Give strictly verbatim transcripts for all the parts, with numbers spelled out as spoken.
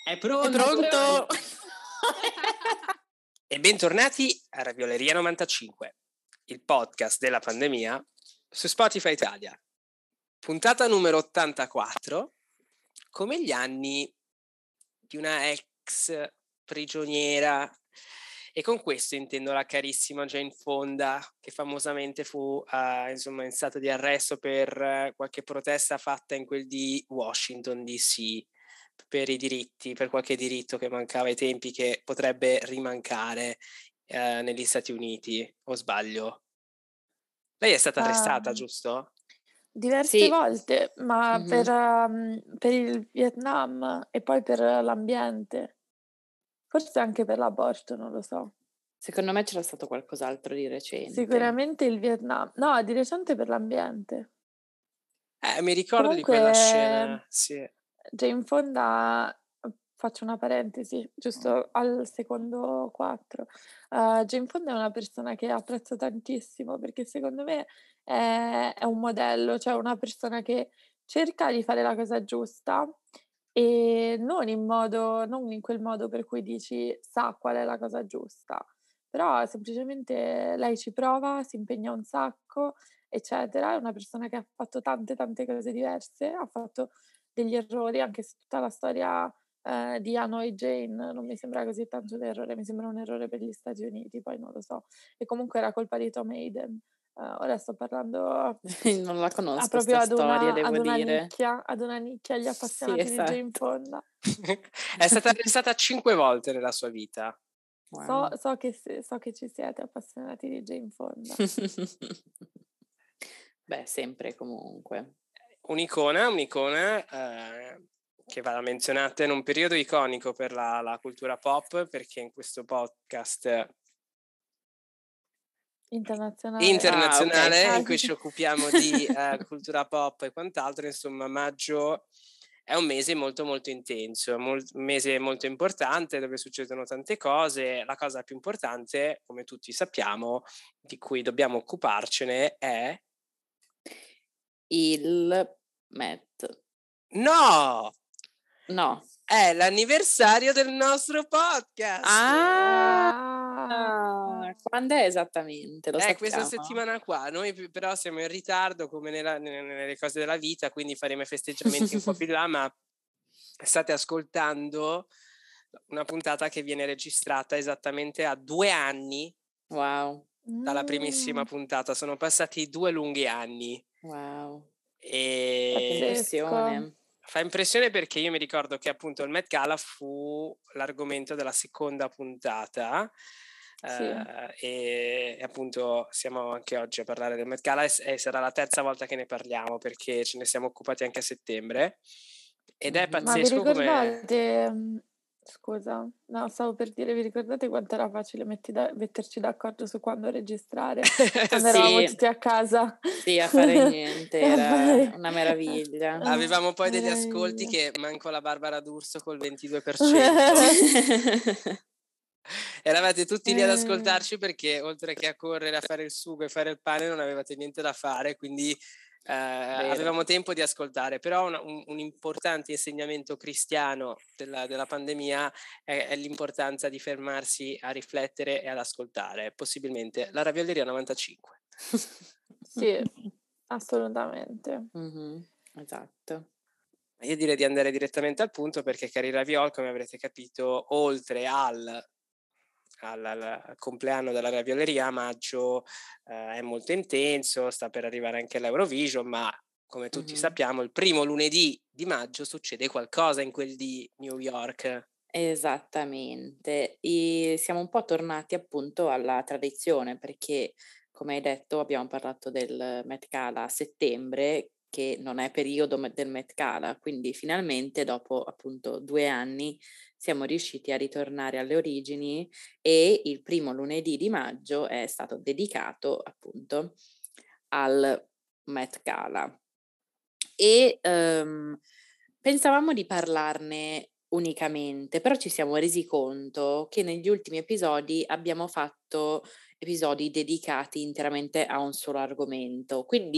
È pronto? È pronto? E bentornati a Ravioleria novantacinque, il podcast della pandemia su Spotify Italia. Puntata numero ottantaquattro, come gli anni di una ex prigioniera. E con questo intendo la carissima Jane Fonda, che famosamente fu uh, insomma in stato di arresto per uh, qualche protesta fatta in quel di Washington D C per i diritti, per qualche diritto che mancava ai tempi, che potrebbe rimancare uh, negli Stati Uniti, o sbaglio? Lei è stata arrestata, uh, giusto? Diverse sì. volte, ma mm-hmm. per, um, per il Vietnam e poi per l'ambiente. Forse anche per l'aborto, non lo so. Secondo me c'era stato qualcos'altro di recente. Sicuramente il Vietnam. No, di recente per l'ambiente. Eh, mi ricordo Comunque, di quella scena, sì. Jane Fonda, faccio una parentesi, giusto al secondo quattro. Uh, Jane Fonda è una persona che apprezzo tantissimo perché secondo me è, è un modello, cioè una persona che cerca di fare la cosa giusta e non in modo, non in quel modo per cui dici sa qual è la cosa giusta, però semplicemente lei ci prova, si impegna un sacco, eccetera. È una persona che ha fatto tante tante cose diverse, ha fatto degli errori, anche se tutta la storia eh, di Hanoi Jane non mi sembra così tanto un errore, mi sembra un errore per gli Stati Uniti, poi non lo so, e comunque era colpa di Tom Hayden. Uh, ora sto parlando non la conosco proprio questa ad una, storia, devo ad una dire nicchia, ad una nicchia agli appassionati sì, esatto. di Jane Fonda. È stata arrestata cinque volte nella sua vita. Wow. So, so, che, so che ci siete appassionati di Jane Fonda. Beh, sempre comunque. Un'icona, un'icona eh, che va menzionata in un periodo iconico per la, la cultura pop, perché in questo podcast internazionale, internazionale ah, okay. in cui ci occupiamo di uh, cultura pop e quant'altro, insomma, maggio è un mese molto molto intenso, un mese molto importante dove succedono tante cose. La cosa più importante, come tutti sappiamo, di cui dobbiamo occuparcene è il Met. No! No. È l'anniversario del nostro podcast. Ah! Quando è esattamente? Lo è sappiamo. Questa settimana qua. Noi però siamo in ritardo come nella, nelle cose della vita, quindi faremo i festeggiamenti un po' più là, ma state ascoltando una puntata che viene registrata esattamente a due anni wow. dalla primissima mm. puntata. Sono passati due lunghi anni. Wow. E Fa impressione. Fa impressione perché io mi ricordo che appunto il Met Gala fu l'argomento della seconda puntata. Sì. Uh, e, e appunto siamo anche oggi a parlare del Met Gala e, e sarà la terza volta che ne parliamo perché ce ne siamo occupati anche a settembre ed è pazzesco. Ma vi ricordate come... Scusa, no, stavo per dire, vi ricordate quanto era facile da, metterci d'accordo su quando registrare? Quando sì. eravamo tutti a casa. Sì, a fare niente, era fare... una meraviglia. Avevamo poi meraviglia. degli ascolti che manco la Barbara D'Urso col ventidue per cento. Eravate tutti lì ad ascoltarci perché oltre che a correre a fare il sugo e fare il pane non avevate niente da fare, quindi eh, avevamo tempo di ascoltare. Però un, un, un importante insegnamento cristiano della, della pandemia è, è l'importanza di fermarsi a riflettere e ad ascoltare, possibilmente la Ravioleria novantacinque. Sì, assolutamente. Mm-hmm, esatto. Io direi di andare direttamente al punto perché, cari Raviol, come avrete capito, oltre al Al, al compleanno della Ravioleria a maggio eh, è molto intenso, sta per arrivare anche l'Eurovision, ma come tutti mm-hmm. sappiamo il primo lunedì di maggio succede qualcosa in quel di New York. Esattamente, e siamo un po' tornati appunto alla tradizione perché come hai detto abbiamo parlato del Met Gala a settembre, che non è periodo del Met Gala, quindi finalmente dopo appunto due anni siamo riusciti a ritornare alle origini e il primo lunedì di maggio è stato dedicato appunto al Met Gala e um, pensavamo di parlarne unicamente, però ci siamo resi conto che negli ultimi episodi abbiamo fatto episodi dedicati interamente a un solo argomento, quindi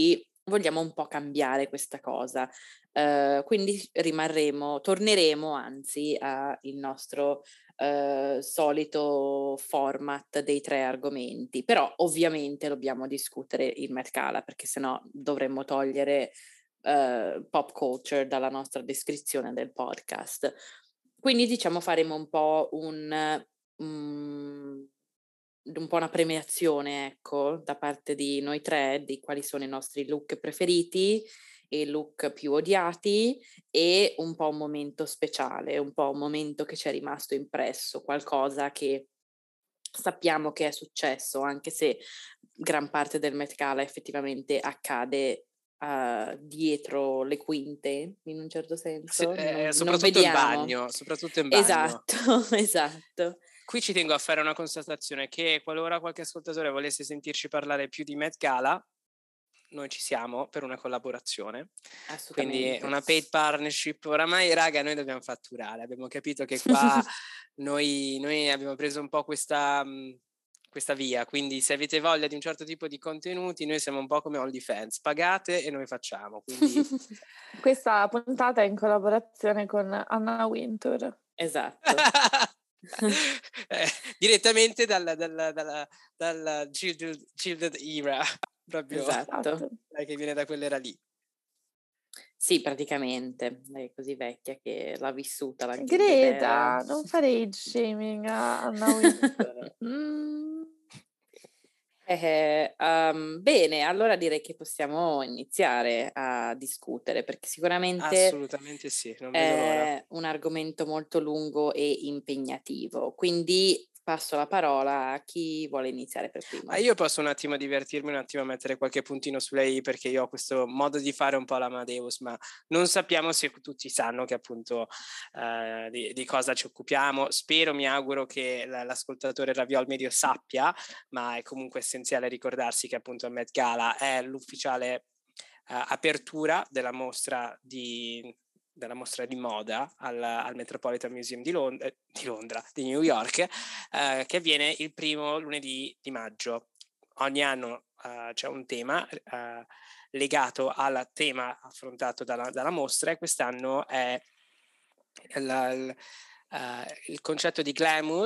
vogliamo un po' cambiare questa cosa. Uh, quindi rimarremo, torneremo anzi al nostro uh, solito format dei tre argomenti, però ovviamente dobbiamo discutere il Met Gala, perché sennò dovremmo togliere uh, pop culture dalla nostra descrizione del podcast. Quindi diciamo faremo un po' un... Um, un po' una premiazione, ecco, da parte di noi tre, di quali sono i nostri look preferiti, i look più odiati e un po' un momento speciale, un po' un momento che ci è rimasto impresso, qualcosa che sappiamo che è successo, anche se gran parte del Met Gala effettivamente accade uh, dietro le quinte, in un certo senso. Sì, eh, non, soprattutto non in vediamo. bagno, soprattutto in bagno. Esatto, esatto. Qui ci tengo a fare una constatazione, che qualora qualche ascoltatore volesse sentirci parlare più di Met Gala, noi ci siamo per una collaborazione. Quindi una paid partnership. Oramai, raga, noi dobbiamo fatturare. Abbiamo capito che qua noi, noi abbiamo preso un po' questa, questa via. Quindi se avete voglia di un certo tipo di contenuti, noi siamo un po' come OnlyFans. Pagate e noi facciamo. Quindi... Questa puntata è in collaborazione con Anna Wintour. Esatto. eh, direttamente dalla, dalla, dalla, dalla Gilded, Gilded Era, proprio, esatto, che viene da quell'era lì. Sì, praticamente, è così vecchia che l'ha vissuta la Greta, non fare age shaming a Anna Wintour. mm. Eh, um, bene, allora direi che possiamo iniziare a discutere, perché sicuramente assolutamente sì, non vedo l'ora. È un argomento molto lungo e impegnativo, quindi passo la parola a chi vuole iniziare per primo. Ah, io posso un attimo divertirmi, un attimo mettere qualche puntino sulle i, perché io ho questo modo di fare un po' l'Amadeus, ma non sappiamo se tutti sanno che appunto eh, di, di cosa ci occupiamo. Spero, mi auguro che l'ascoltatore Raviol Medio sappia, ma è comunque essenziale ricordarsi che appunto il Met Gala è l'ufficiale Uh, apertura della mostra di, della mostra di moda al, al Metropolitan Museum di, Lond- eh, di Londra, di New York, uh, che avviene il primo lunedì di maggio. Ogni anno uh, c'è un tema uh, legato al tema affrontato dalla, dalla mostra, e quest'anno è la, il, uh, il concetto di glamour,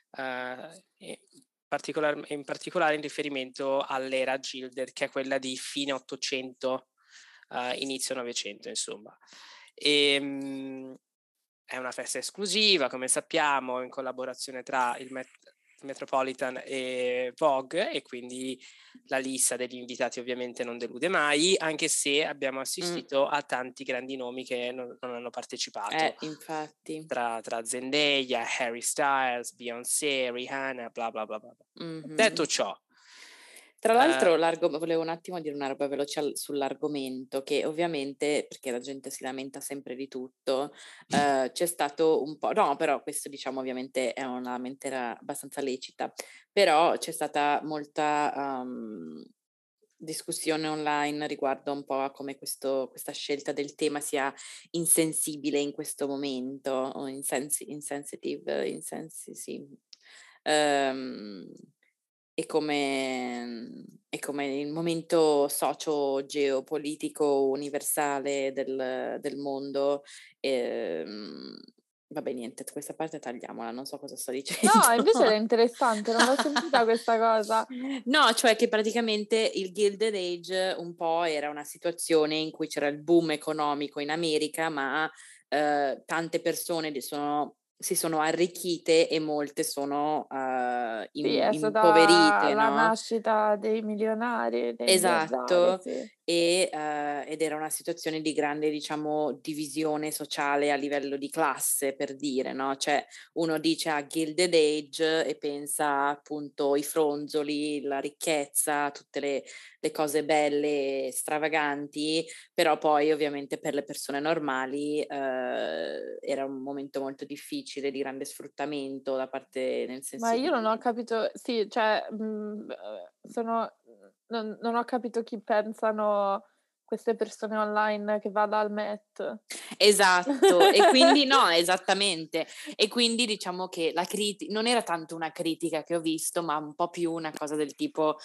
e Particolar- in particolare in riferimento all'era Gilded, che è quella di fine ottocento, uh, inizio novecento, insomma. E, um, è una festa esclusiva, come sappiamo, in collaborazione tra il Met- Metropolitan e Vogue, e quindi la lista degli invitati ovviamente non delude mai, anche se abbiamo assistito mm. a tanti grandi nomi che non, non hanno partecipato. Eh, infatti. Tra, tra Zendaya, Harry Styles, Beyoncé, Rihanna, bla bla bla bla. Mm-hmm. Detto ciò, tra l'altro, uh, volevo un attimo dire una roba veloce al, sull'argomento, che ovviamente, perché la gente si lamenta sempre di tutto, uh, c'è stato un po', no, però questo diciamo ovviamente è una lamentela abbastanza lecita, però c'è stata molta um, discussione online riguardo un po' a come questo, questa scelta del tema sia insensibile in questo momento, o insensi- insensitive, insensi- sì. Um, E come, e come il momento socio-geopolitico universale del, del mondo. Ehm, vabbè, niente, questa parte tagliamola, non so cosa sto dicendo. No, invece era interessante, non l'ho sentita questa cosa. No, cioè che praticamente il Gilded Age un po' era una situazione in cui c'era il boom economico in America, ma eh, tante persone sono... si sono arricchite e molte sono uh, in, sì, è impoverite, la no? nascita dei milionari, dei esatto, miliardari, sì. e, uh, ed era una situazione di grande, diciamo, divisione sociale a livello di classe, per dire, no? Cioè uno dice a Gilded Age e pensa appunto ai fronzoli, la ricchezza, tutte le, le cose belle, stravaganti, però poi ovviamente per le persone normali uh, era un momento molto difficile, di grande sfruttamento da parte, nel senso Ma io di... non ho capito, sì, cioè mh, sono, non, non ho capito chi pensano queste persone online che vada al Met. Esatto, e quindi no, esattamente, e quindi diciamo che la critica non era tanto una critica che ho visto, ma un po' più una cosa del tipo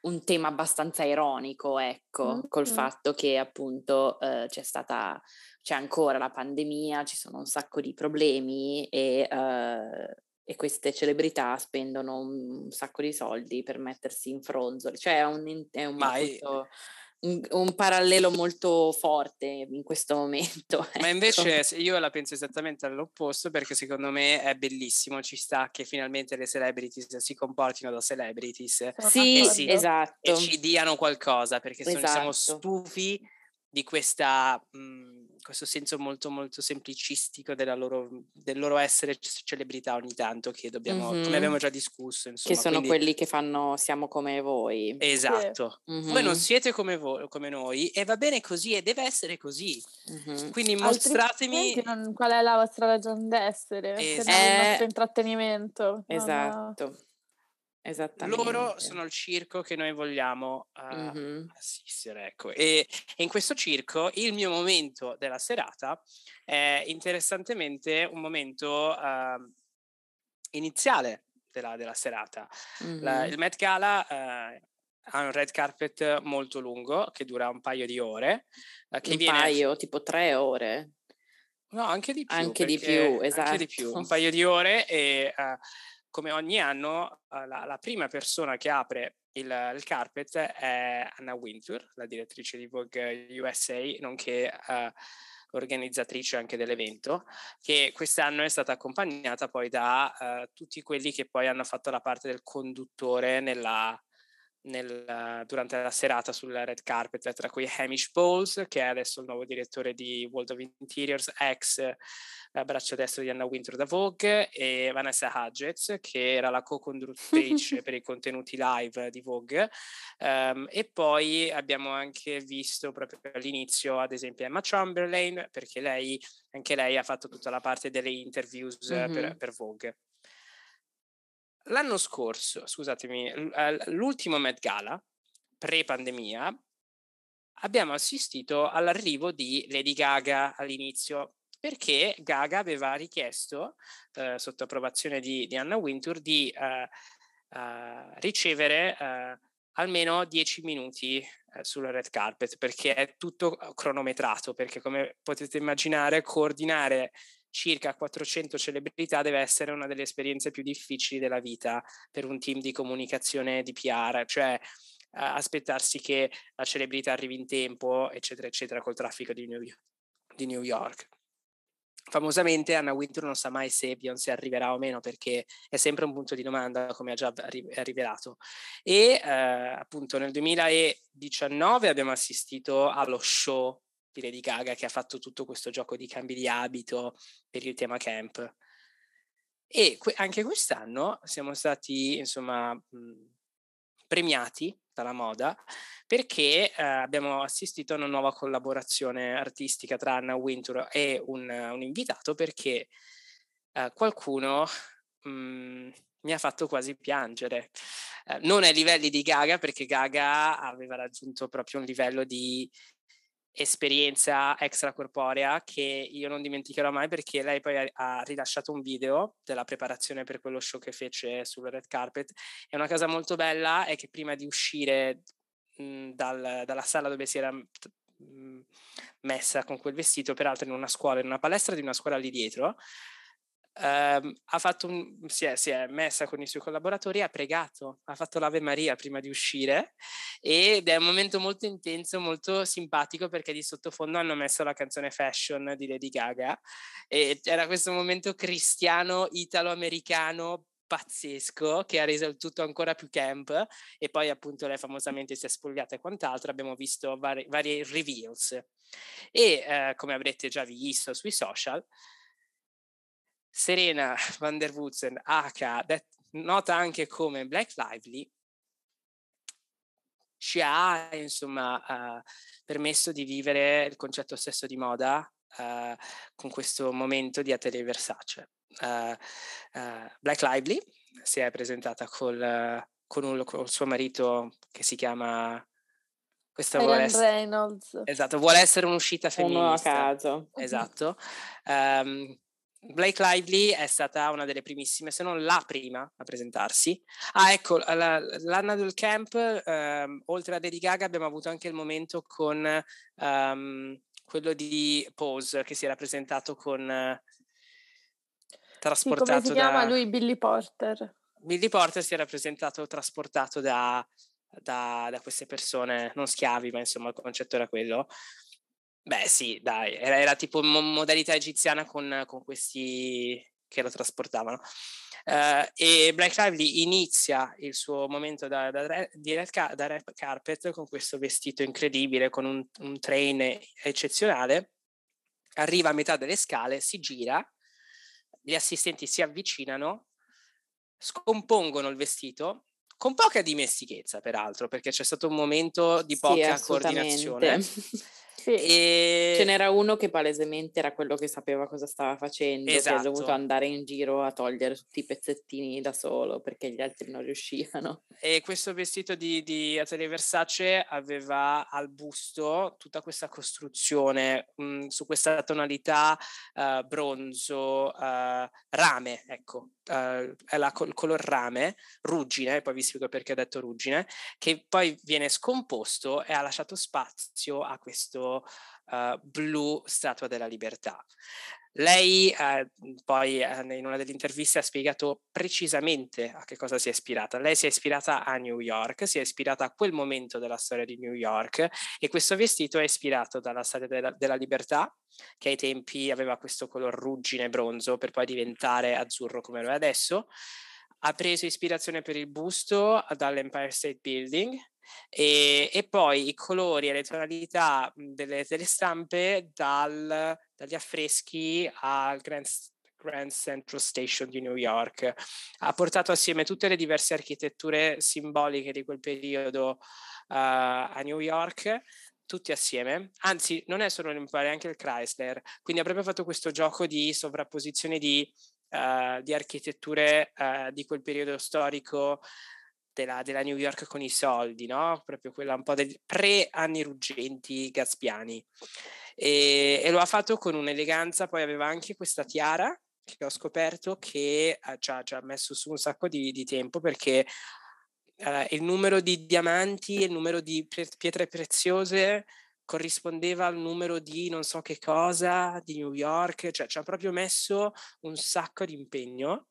un tema abbastanza ironico, ecco, col Mm-hmm. fatto che appunto eh, c'è stata, c'è ancora la pandemia, ci sono un sacco di problemi e, eh, e queste celebrità spendono un, un sacco di soldi per mettersi in fronzoli, cioè è un, è un, Ma è- appunto, un, un parallelo molto forte in questo momento. Ma ecco. invece se- io la penso esattamente all'opposto, perché secondo me è bellissimo, ci sta che finalmente le celebrities si comportino da celebrities Sono Sì, e, d'accordo. si, esatto, e ci diano qualcosa, perché sono- siamo esatto. stufi di questa, mh, questo senso molto molto semplicistico della loro, del loro essere c- celebrità ogni tanto, che dobbiamo, come Mhm. abbiamo già discusso, Che insomma. sono Quindi, quelli che fanno Siamo come voi. esatto. Mhm. Voi non siete come, voi, come noi e va bene così e deve essere così. Mhm. Quindi mostratemi... Altrimenti non, qual è la vostra ragione d'essere? Se non il Eh, nostro intrattenimento. Non- Esatto, esattamente. Loro sono il circo che noi vogliamo uh, Mhm. assistere, ecco. E, e in questo circo il mio momento della serata è interessantemente un momento uh, iniziale della, della serata. La, Mhm. il Met Gala uh, ha un red carpet molto lungo che dura un paio di ore. uh, che Un viene paio, tipo tre ore, No, anche di più. anche di perché- più, Anche di più, esatto. un paio di ore e uh, come ogni anno uh, la, la prima persona che apre il, il carpet è Anna Wintour, la direttrice di Vogue U S A, nonché uh, organizzatrice anche dell'evento, che quest'anno è stata accompagnata poi da uh, tutti quelli che poi hanno fatto la parte del conduttore nella... Nel, durante la serata sul red carpet, tra cui Hamish Bowles, che è adesso il nuovo direttore di World of Interiors, ex eh, braccio destro di Anna Wintour da Vogue, e Vanessa Hudgens, che era la co-conduttrice per i contenuti live di Vogue. Um, e poi abbiamo anche visto proprio all'inizio, ad esempio, Emma Chamberlain, perché lei, anche lei ha fatto tutta la parte delle interviews mm-hmm. per, per Vogue. L'anno scorso, scusatemi, l'ultimo Met Gala, pre-pandemia, abbiamo assistito all'arrivo di Lady Gaga all'inizio, perché Gaga aveva richiesto, eh, sotto approvazione di, di Anna Wintour, di eh, eh, ricevere eh, almeno dieci minuti eh, sul red carpet, perché è tutto cronometrato, perché come potete immaginare coordinare circa quattrocento celebrità deve essere una delle esperienze più difficili della vita per un team di comunicazione di P R, cioè uh, aspettarsi che la celebrità arrivi in tempo, eccetera, eccetera, col traffico di New York. Di New York. Famosamente Anna Wintour non sa mai se Beyoncé arriverà o meno, perché è sempre un punto di domanda, come ha già rivelato. E uh, appunto nel duemiladiciannove abbiamo assistito allo show di Lady Gaga, che ha fatto tutto questo gioco di cambi di abito per il tema camp. E que- anche quest'anno siamo stati, insomma, mh, premiati dalla moda, perché eh, abbiamo assistito a una nuova collaborazione artistica tra Anna Wintour e un, un invitato, perché eh, qualcuno mh, mi ha fatto quasi piangere. Eh, non ai livelli di Gaga, perché Gaga aveva raggiunto proprio un livello di esperienza extracorporea che io non dimenticherò mai, perché lei poi ha, ha rilasciato un video della preparazione per quello show che fece sul red carpet. E una cosa molto bella è che prima di uscire mh, dal, dalla sala dove si era mh, messa con quel vestito, peraltro in una scuola, in una palestra di una scuola lì dietro, Uh, ha fatto un, si, è, si è messa con i suoi collaboratori, ha pregato, ha fatto l'Ave Maria prima di uscire, ed è un momento molto intenso, molto simpatico, perché di sottofondo hanno messo la canzone Fashion di Lady Gaga e era questo momento cristiano italo-americano pazzesco che ha reso il tutto ancora più camp. E poi appunto lei famosamente si è spogliata e quant'altro. Abbiamo visto vari, vari reveals e uh, come avrete già visto sui social, Serena van der Woodsen, aka nota anche come Black Lively, ci ha insomma uh, permesso di vivere il concetto stesso di moda uh, con questo momento di Atelier Versace. Uh, uh, Black Lively si è presentata col, con, un, con il suo marito che si chiama... Questa vuole essere, Reynolds. Esatto, vuole essere un'uscita femminista. Uno a caso. Esatto. Um, Blake Lively è stata una delle primissime, se non la prima a presentarsi. Ah, ecco, la, l'anno del camp, ehm, oltre a Lady Gaga abbiamo avuto anche il momento con um, quello di Pose, che si era presentato con uh, trasportato sì, come si chiama da... lui? Billy Porter. Billy Porter si era presentato trasportato da, da, da queste persone, non schiavi, ma insomma il concetto era quello. Beh sì, dai, era, era tipo mo- modalità egiziana con, con questi che lo trasportavano. Uh, e Blake Lively inizia il suo momento da, da, da, da red carpet con questo vestito incredibile, con un, un train eccezionale, arriva a metà delle scale, si gira, gli assistenti si avvicinano, scompongono il vestito, con poca dimestichezza peraltro, perché c'è stato un momento di Sì, poca assolutamente. coordinazione. Sì. E... Ce n'era uno che palesemente era quello che sapeva cosa stava facendo, esatto. che ha dovuto andare in giro a togliere tutti i pezzettini da solo perché gli altri non riuscivano. E questo vestito di, di Atelier Versace aveva al busto tutta questa costruzione mh, su questa tonalità uh, bronzo, uh, rame, ecco, uh, è la, il color rame, ruggine, poi vi spiego perché ho detto ruggine, che poi viene scomposto e ha lasciato spazio a questo uh, blu Statua della Libertà. Lei eh, poi eh, in una delle interviste ha spiegato precisamente a che cosa si è ispirata. Lei si è ispirata a New York, si è ispirata a quel momento della storia di New York, e questo vestito è ispirato dalla Statua della, della Libertà, che ai tempi aveva questo color ruggine bronzo per poi diventare azzurro come lo è adesso. Ha preso ispirazione per il busto dall'Empire State Building. E, e poi i colori e le tonalità delle, delle stampe dal, dagli affreschi al Grand, Grand Central Station di New York. Ha portato assieme tutte le diverse architetture simboliche di quel periodo uh, a New York, tutti assieme, anzi non è solo l'Empire, è anche il Chrysler, quindi ha proprio fatto questo gioco di sovrapposizione di, uh, di architetture uh, di quel periodo storico Della, della New York con i soldi, no? Proprio quella un po' dei pre-anni ruggenti gaspiani. E, e lo ha fatto con un'eleganza, poi aveva anche questa tiara che ho scoperto che eh, ci, ha, ci ha messo su un sacco di, di tempo, perché eh, il numero di diamanti e il numero di pietre preziose corrispondeva al numero di non so che cosa di New York, cioè ci ha proprio messo un sacco di impegno.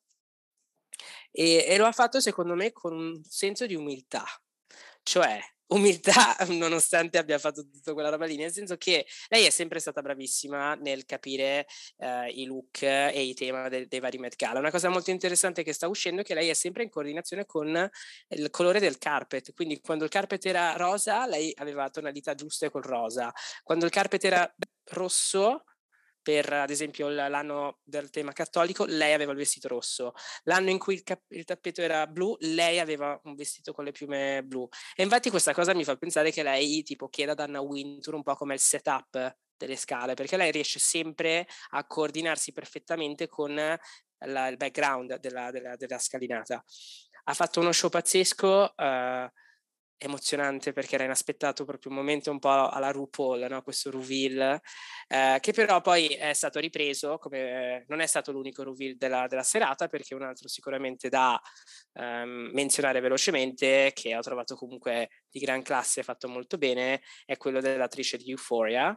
E, e lo ha fatto secondo me con un senso di umiltà, cioè umiltà nonostante abbia fatto tutta quella roba lì, nel senso che lei è sempre stata bravissima nel capire uh, i look e i temi de- dei vari Met Gala. Una cosa molto interessante che sta uscendo è che lei è sempre in coordinazione con il colore del carpet, quindi quando il carpet era rosa lei aveva tonalità giuste col rosa, quando il carpet era rosso, per ad esempio l'anno del tema cattolico, lei aveva il vestito rosso. L'anno in cui il, cap- il tappeto era blu, lei aveva un vestito con le piume blu. E infatti questa cosa mi fa pensare che lei tipo chieda ad Anna Wintour un po' come il setup delle scale, perché lei riesce sempre a coordinarsi perfettamente con la, il background della, della, della scalinata. Ha fatto uno show pazzesco, uh, emozionante, perché era inaspettato, proprio un momento un po' alla RuPaul, no? Questo reveal, eh, che però poi è stato ripreso, come non è stato l'unico reveal della, della serata, perché un altro sicuramente da um, menzionare velocemente, che ho trovato comunque di gran classe, fatto molto bene, è quello dell'attrice di Euphoria.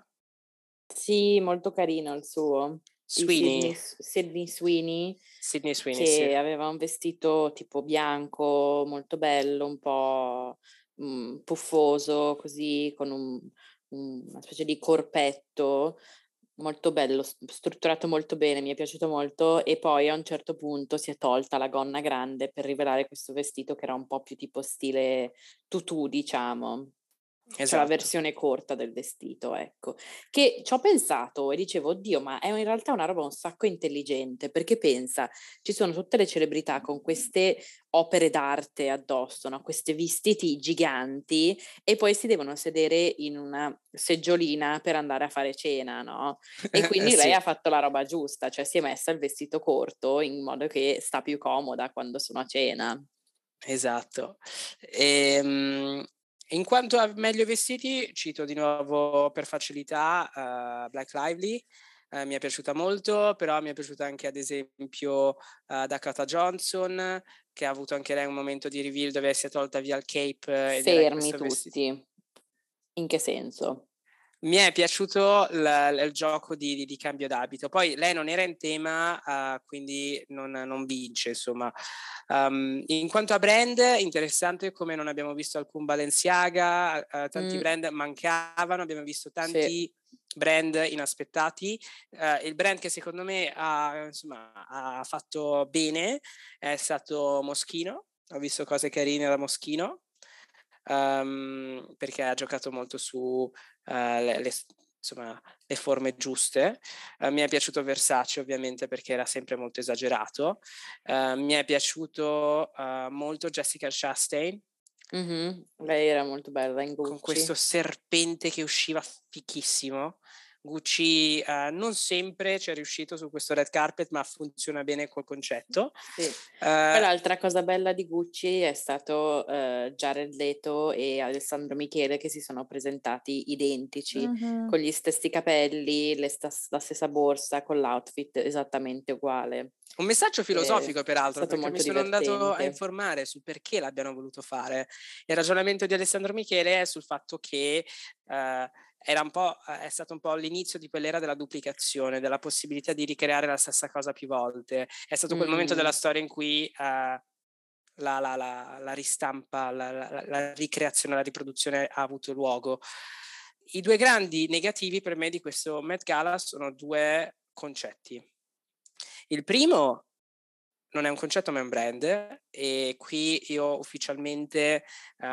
Sì, molto carino il suo. Sweeney. Sydney, Sydney Sweeney, Sydney Sweeney, che sì. aveva un vestito tipo bianco, molto bello, un po' mh, puffoso, così, con un, un, una specie di corpetto, molto bello, strutturato molto bene, mi è piaciuto molto, e poi a un certo punto si è tolta la gonna grande per rivelare questo vestito che era un po' più tipo stile tutù, diciamo. Esatto. Cioè la versione corta del vestito, ecco. Che ci ho pensato e dicevo, oddio, ma è in realtà una roba un sacco intelligente, perché pensa, ci sono tutte le celebrità con queste opere d'arte addosso, no? Questi vestiti giganti, e poi si devono sedere in una seggiolina per andare a fare cena, no? E quindi eh, lei sì. ha fatto la roba giusta, cioè si è messa il vestito corto in modo che sta più comoda quando sono a cena. Esatto. Ehm... In quanto a meglio vestiti, cito di nuovo per facilità uh, Blake Lively. eh, mi è piaciuta molto, però mi è piaciuta anche ad esempio uh, Dakota Johnson, che ha avuto anche lei un momento di reveal dove si è tolta via il cape ed era in Fermi questo vestito. tutti. In che senso? Mi è piaciuto l- il gioco di, di- di cambio d'abito. Poi lei non era in tema, uh, quindi non, non vince, insomma. Um, in quanto a brand, interessante come non abbiamo visto alcun Balenciaga, uh, tanti Mm, brand mancavano, abbiamo visto sì. tanti brand inaspettati. Uh, il brand che secondo me ha, insomma, ha fatto bene è stato Moschino. Ho visto cose carine da Moschino. Um, perché ha giocato molto su uh, le, le, insomma, le forme giuste. Uh, mi è piaciuto Versace ovviamente perché era sempre molto esagerato. Uh, mi è piaciuto uh, molto Jessica Chastain. Mm-hmm. Lei era molto bella in Gucci. Con questo serpente che usciva fichissimo. Gucci uh, non sempre ci è riuscito su questo red carpet, ma funziona bene col concetto. Sì. Uh, Poi l'altra cosa bella di Gucci è stato uh, Jared Leto e Alessandro Michele che si sono presentati identici, Mhm. con gli stessi capelli, le stas- la stessa borsa, con l'outfit esattamente uguale. Un messaggio filosofico, È peraltro, stato perché mi molto sono andato a divertente. informare sul perché l'abbiano voluto fare. Il ragionamento di Alessandro Michele è sul fatto che uh, era un po', è stato un po' l'inizio di quell'era della duplicazione, della possibilità di ricreare la stessa cosa più volte. È stato quel Mm. momento della storia in cui uh, la, la, la, la ristampa, la, la, la ricreazione, la riproduzione ha avuto luogo. I due grandi negativi per me di questo Met Gala sono due concetti. Il primo non è un concetto ma è un brand, e qui io ufficialmente uh,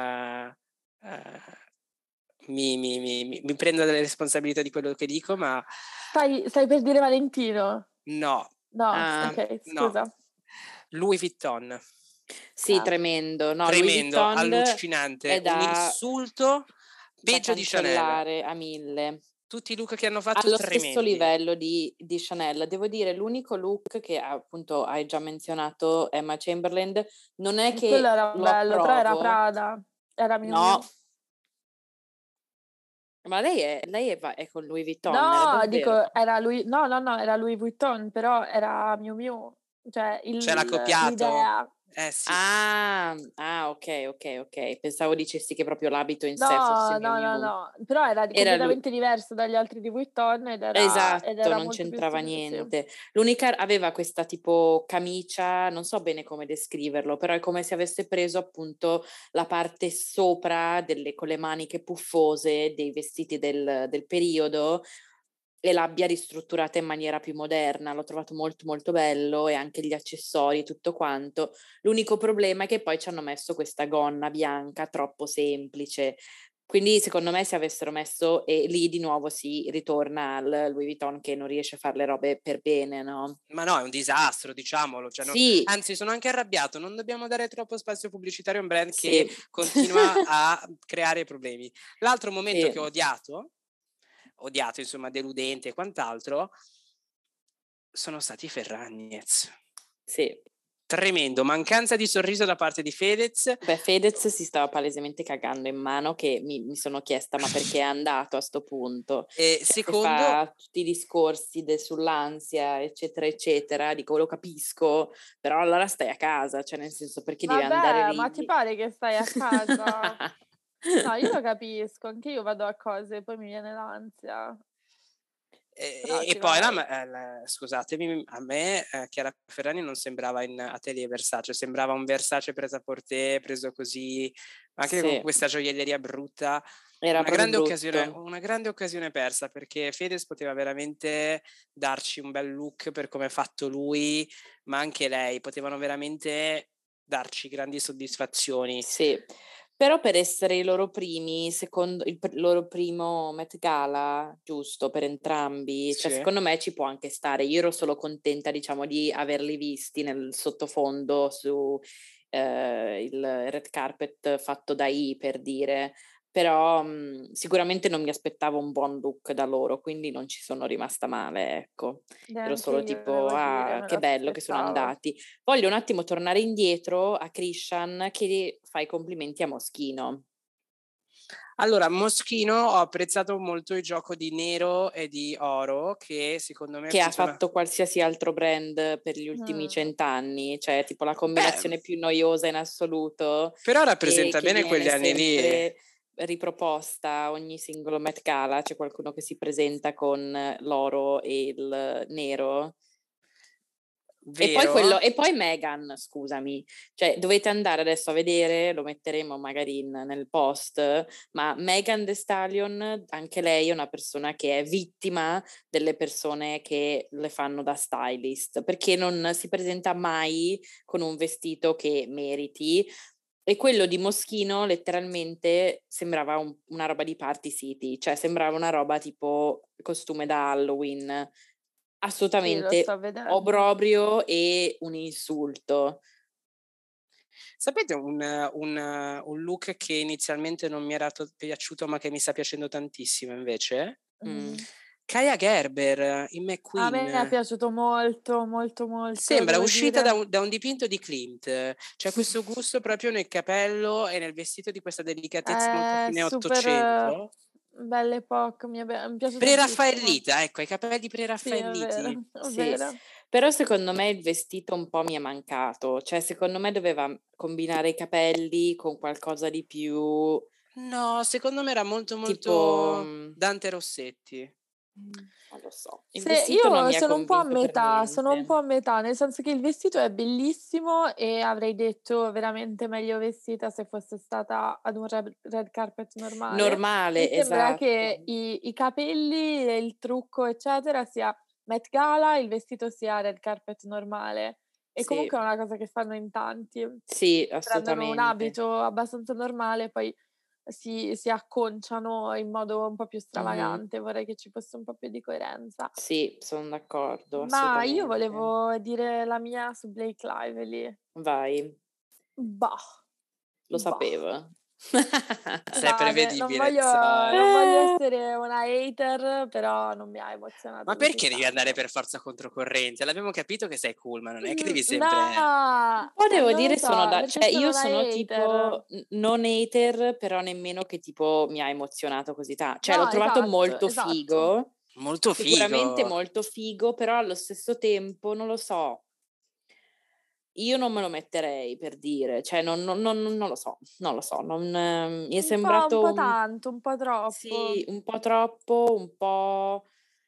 uh, mi, mi, mi, mi prendo delle responsabilità di quello che dico, ma Stai, stai per dire Valentino? no, No, Ah, ok, scusa. no. Louis Vuitton. sì, Ah. tremendo. No, Louis Tremendo, Vuitton allucinante, è da, un insulto da peggio di Chanel. cancellare a mille. Tutti i look che hanno fatto Allo tremendi. stesso livello di, di Chanel. Devo dire, l'unico look che appunto hai già menzionato, Emma Chamberlain, non è che Quello era lo bello, però era approvo. Prada, era Miu Miu. No, ma lei è, lei è, va- è con Louis Vuitton, era No, davvero. dico, era lui, no, no, no, era Louis Vuitton, però era Miu Miu, cioè il, Ce l'ha copiato? l'idea. Eh sì. Ah, ah, ok, ok, ok. Pensavo dicessi che proprio l'abito in sé No, fosse Miu no, no, Miu. no, però era di- Era lui. completamente diverso dagli altri di Vuitton ed era, ed Esatto, era non molto più c'entrava stupendo, sì. niente. L'unica aveva questa tipo camicia, non so bene come descriverlo, però è come se avesse preso appunto la parte sopra delle, con le maniche puffose dei vestiti del, del periodo e l'abbia ristrutturata in maniera più moderna. L'ho trovato molto molto bello e anche gli accessori, tutto quanto. L'unico problema è che poi ci hanno messo questa gonna bianca troppo semplice. Quindi secondo me se avessero messo, e lì di nuovo si ritorna al Louis Vuitton che non riesce a fare le robe per bene, no? Ma no, è un disastro, diciamolo. Cioè, Sì. non, anzi, sono anche arrabbiato. Non dobbiamo dare troppo spazio pubblicitario a un brand sì. che continua a creare problemi. L'altro momento sì. che ho odiato, odiato, insomma, deludente e quant'altro, sono stati i Ferragnez. Sì. Tremendo, mancanza di sorriso da parte di Fedez. Beh, Fedez si stava palesemente cagando in mano, che mi, mi sono chiesta ma perché è andato a sto punto? E cioè, secondo... se fa tutti i discorsi de, sull'ansia, eccetera, eccetera, dico lo capisco, però allora stai a casa, cioè nel senso perché devi andare Vabbè, lì? ma ti pare che stai a casa? No, io lo capisco, anche io vado a cose e poi mi viene l'ansia. E, e poi la, la, scusatemi, a me eh, Chiara Ferragni non sembrava in Atelier Versace, sembrava un Versace prêt-à-porter preso così, anche sì. Con questa gioielleria brutta. Era una grande, brutto. occasione, una grande occasione persa, perché Fedez poteva veramente darci un bel look per come è fatto lui, ma anche lei potevano veramente darci grandi soddisfazioni. Sì. Però per essere i loro primi, secondo il pr- loro primo Met Gala, giusto, per entrambi, Sì. cioè secondo me ci può anche stare. Io ero solo contenta, diciamo, di averli visti nel sottofondo su eh, il red carpet fatto da I, per dire. Però mh, sicuramente non mi aspettavo un buon look da loro, quindi non ci sono rimasta male, ecco. Neanche Ero solo io, tipo, devo ah, dire, che bello che sono andati. Voglio un attimo tornare indietro a Christian che fa i complimenti a Moschino. Allora, Moschino ho apprezzato molto il gioco di nero e di oro che secondo me Che ha funziona. fatto qualsiasi altro brand per gli ultimi Mm. cent'anni, cioè tipo la Beh, combinazione più noiosa in assoluto però e rappresenta che bene quegli viene anni lì. sempre riproposta ogni singolo Met Gala, c'è qualcuno che si presenta con l'oro e il nero. E poi, Vero? quello, e poi Meghan, scusami, cioè dovete andare adesso a vedere, lo metteremo magari in- nel post, ma Meghan Thee Stallion, anche lei è una persona che è vittima delle persone che le fanno da stylist, perché non si presenta mai con un vestito che meriti. E quello di Moschino letteralmente sembrava un- una roba di Party City, cioè sembrava una roba tipo costume da Halloween, Sì, lo assolutamente sto vedendo. obbrobrio e un insulto. Sapete un, un- un look che inizialmente non mi era to- piaciuto ma che mi sta piacendo tantissimo invece? Mm. Mm. Kaia Gerber in A me è McQueen. piaciuto molto, molto, molto, Sembra devo uscita da dire. un, da un dipinto di Klimt. C'è questo gusto proprio nel capello e nel vestito di questa delicatezza molto È fine super eh, Ottocento. bella epoca, mi, è be- mi piace tantissimo. Pre-Raffaellita, ecco, i capelli Sì, è vero, pre-Raffaelliti. è Sì, vero. però secondo me il vestito un po' mi è mancato, cioè secondo me doveva combinare i capelli con qualcosa di più No, secondo me era molto tipo, molto mm, Dante Rossetti. non lo so, il Se vestito non io mi ha sono un po' a convinto per metà, sono un po' niente. a metà, nel senso che il vestito è bellissimo e avrei detto veramente meglio vestita se fosse stata ad un red, red carpet normale. Mi Normale, sembra che esatto. i, i capelli, e il trucco, eccetera, sia Met Gala, il vestito sia red carpet normale. E Sì, comunque è una cosa che fanno in tanti. sì, Prendono un assolutamente. abito abbastanza normale, poi si, si acconciano in modo un po' più Mhm. stravagante. Vorrei che ci fosse un po' più di coerenza. Sì, sono d'accordo, Ma io assolutamente. volevo dire la mia su Blake Lively. Vai, Bah, lo bah. sapevo. Sei Scusate, non prevedibile, voglio, tesoro. non voglio Eh, essere una hater, però non mi ha emozionato Ma così perché devi andare tanto. per forza controcorrente? L'abbiamo capito che sei cool, ma non è che Mm, devi sempre... un no, po' devo non lo dire sono so, da, perché cioè sono io una sono hater. tipo n- non hater, però nemmeno che tipo mi ha emozionato così tanto. Cioè l'ho No, trovato esatto, molto esatto. figo, Molto sicuramente figo. molto figo, però allo stesso tempo non lo so. Io non me lo metterei per dire, cioè non, non- non- non lo so, non lo so, non, ehm, mi è Un po', un sembrato po' un, tanto, un po' troppo. sì, un po' troppo, un po',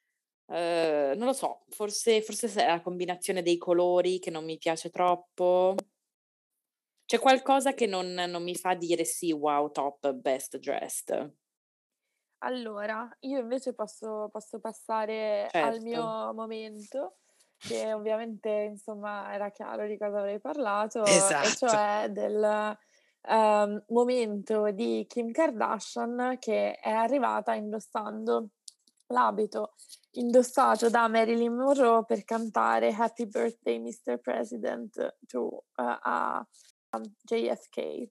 eh, non lo so, forse, forse è la combinazione dei colori che non mi piace troppo. C'è qualcosa che non, non mi fa dire sì, wow, top, best dressed. Allora, io invece posso, posso passare al Certo. mio momento, che ovviamente, insomma, era chiaro di cosa avrei parlato, e Esatto. cioè del ehm, momento di Kim Kardashian che è arrivata indossando l'abito indossato da Marilyn Monroe per cantare Happy Birthday mister President to, eh, a J F K.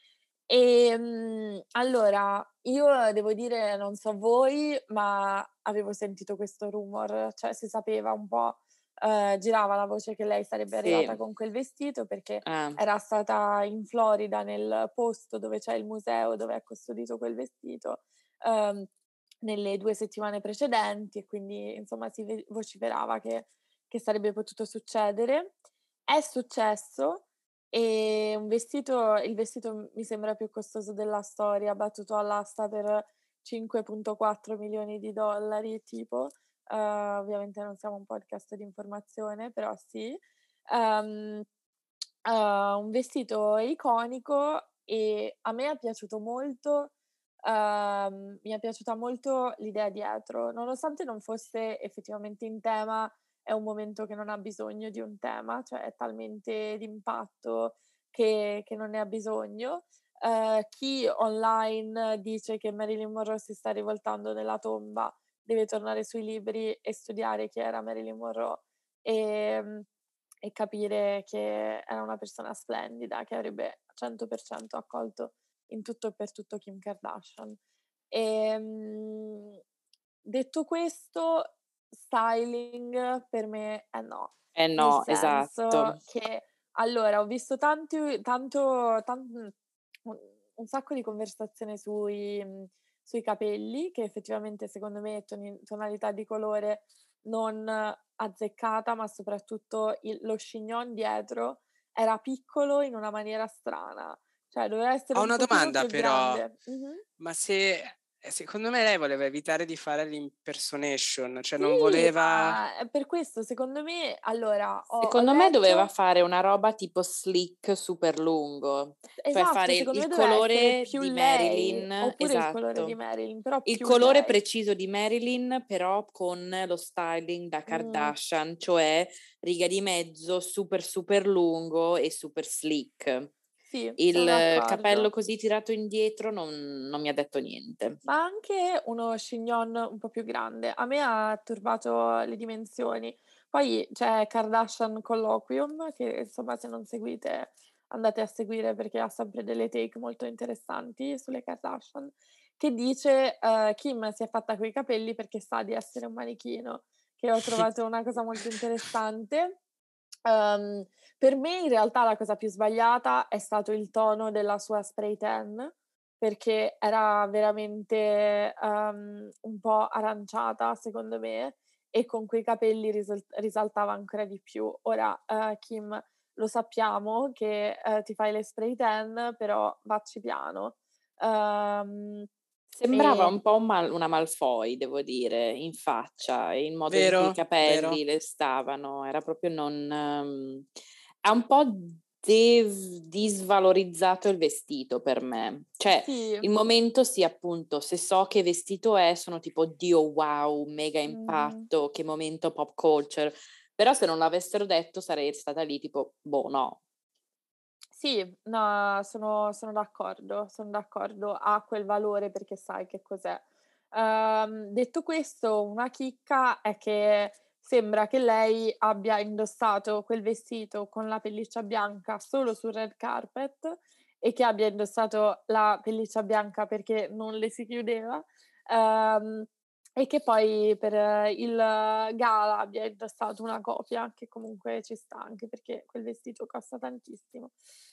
Ehm, allora, io devo dire, non so voi, ma avevo sentito questo rumor, cioè si sapeva un po', ehm, girava la voce che lei sarebbe arrivata Sì. con quel vestito perché Ah, era stata in Florida, nel posto dove c'è il museo dove è custodito quel vestito, ehm, nelle due settimane precedenti e quindi insomma si ve vociferava che che sarebbe potuto succedere. È successo. E un vestito il vestito mi sembra più costoso della storia, battuto all'asta per cinque virgola quattro milioni di dollari tipo, uhm, ovviamente non siamo un podcast di informazione, però sì. Uhm, uhm, un vestito iconico e a me è piaciuto molto, uhm, mi è piaciuta molto l'idea dietro, nonostante non fosse effettivamente in tema, è un momento che non ha bisogno di un tema, cioè è talmente d'impatto che che non ne ha bisogno. Ehm, chi online dice che Marilyn Monroe si sta rivoltando nella tomba, deve tornare sui libri e studiare chi era Marilyn Monroe, ehm, e capire che era una persona splendida, che avrebbe cento per cento accolto in tutto e per tutto Kim Kardashian. Ehm, detto questo, styling per me è no. eh Nel no, esatto. senso che allora ho visto tanti tanto tan un un sacco di conversazione sui, mh, sui capelli, che effettivamente secondo me toni- tonalità di colore non azzeccata, ma soprattutto il- lo chignon dietro era piccolo in una maniera strana, cioè doveva essere Ho un una pochino domanda più però, grande. Mhm. ma se secondo me lei voleva evitare di fare l'impersonation, cioè non Sì, voleva... ma è per questo, secondo me, allora, ho, ho Secondo me doveva letto, fare una roba tipo slick super lungo, cioè esatto, fare il, secondo me il doveva essere colore più di lei, Marilyn, oppure il colore di esatto. Marilyn, però Il più colore lei. preciso di Marilyn, però con lo styling da Mm, Kardashian, cioè riga di mezzo, super super lungo e super slick. sì, Il sono capello d'accordo. così tirato indietro non, non mi ha detto niente. Ma anche uno chignon un po' più grande. A me ha turbato le dimensioni. Poi c'è Kardashian Colloquium, che insomma se non seguite andate a seguire perché ha sempre delle take molto interessanti sulle Kardashian, che dice eh, Kim si è fatta quei capelli perché sa di essere un manichino, che ho trovato una cosa molto interessante. Ehm, per me in realtà la cosa più sbagliata è stato il tono della sua spray tan, perché era veramente, ehm, un po' aranciata secondo me e con quei capelli risal risaltava ancora di più. Ora, ehm, Kim, lo sappiamo che, ehm, ti fai le spray tan, però vacci piano. Ehm, Sembrava e un po' un mal- una Malfoy, devo dire, in faccia, e il modo in cui i Vero, vero. capelli le stavano, era proprio non... ehm, ha un po' de- disvalorizzato il vestito per me. Cioè, sì, il momento sì, appunto, se so che vestito è, sono tipo, Dio, wow, mega mh-mh. impatto, che momento pop culture. Però se non l'avessero detto sarei stata lì tipo, boh, no. Sì, no, sono sono d'accordo, son d'accordo. Ha quel valore perché sai che cos'è. Uhm, detto questo, una chicca è che sembra che lei abbia indossato quel vestito con la pelliccia bianca solo sul red carpet e che abbia indossato la pelliccia bianca perché non le si chiudeva, uhm, e che poi per eh, il gala abbia indossato una copia, che comunque ci sta, anche perché quel vestito costa tantissimo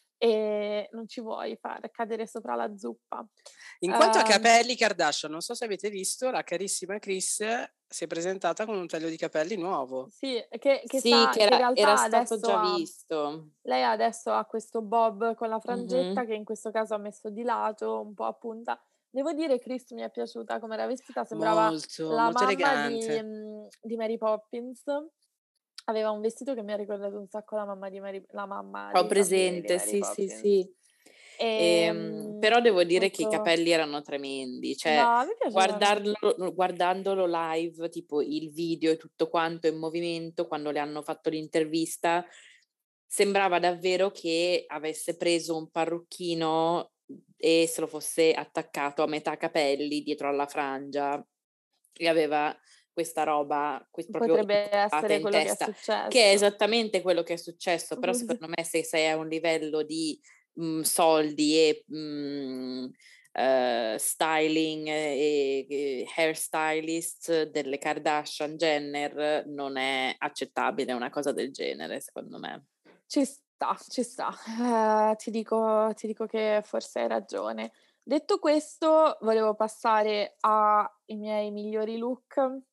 e non ci vuoi far cadere sopra la zuppa. In quanto a Ehm, capelli Kardashian, non so se avete visto, la carissima Kris si è presentata con un taglio di capelli nuovo. sì, che che Sì, sta che che in era, era realtà stato adesso già ha visto. lei adesso ha questo bob con la frangetta Mhm. che in questo caso ha messo di lato, un po' a punta. Devo dire Chris mi è piaciuta come era vestita, sembrava Molto, la molto mamma di elegante. mhmm, di Mary Poppins. Aveva un vestito che mi ha ricordato un sacco la mamma di Mary la mamma Ho di famiglia di presente, Mary sì, sì, Poppins. sì. Ehm, Ehm, però devo dire che i molto capelli erano tremendi, no, cioè a me piacevano. guardarlo, guardandolo live, tipo il video e tutto quanto in movimento, quando le hanno fatto l'intervista, sembrava davvero che avesse preso un parrucchino e se lo fosse attaccato a metà capelli dietro alla frangia e aveva questa roba que- proprio Potrebbe incollata essere in quello che è testa, che è successo. esattamente quello che è successo, però secondo me se sei a un livello di mh, soldi e mh, eh, styling e, e hairstylist delle Kardashian Jenner non è accettabile una cosa del genere, secondo me. Ci sta, ci sta. Eh, ti dico ti dico che forse hai ragione. Detto questo, volevo passare ai miei migliori look,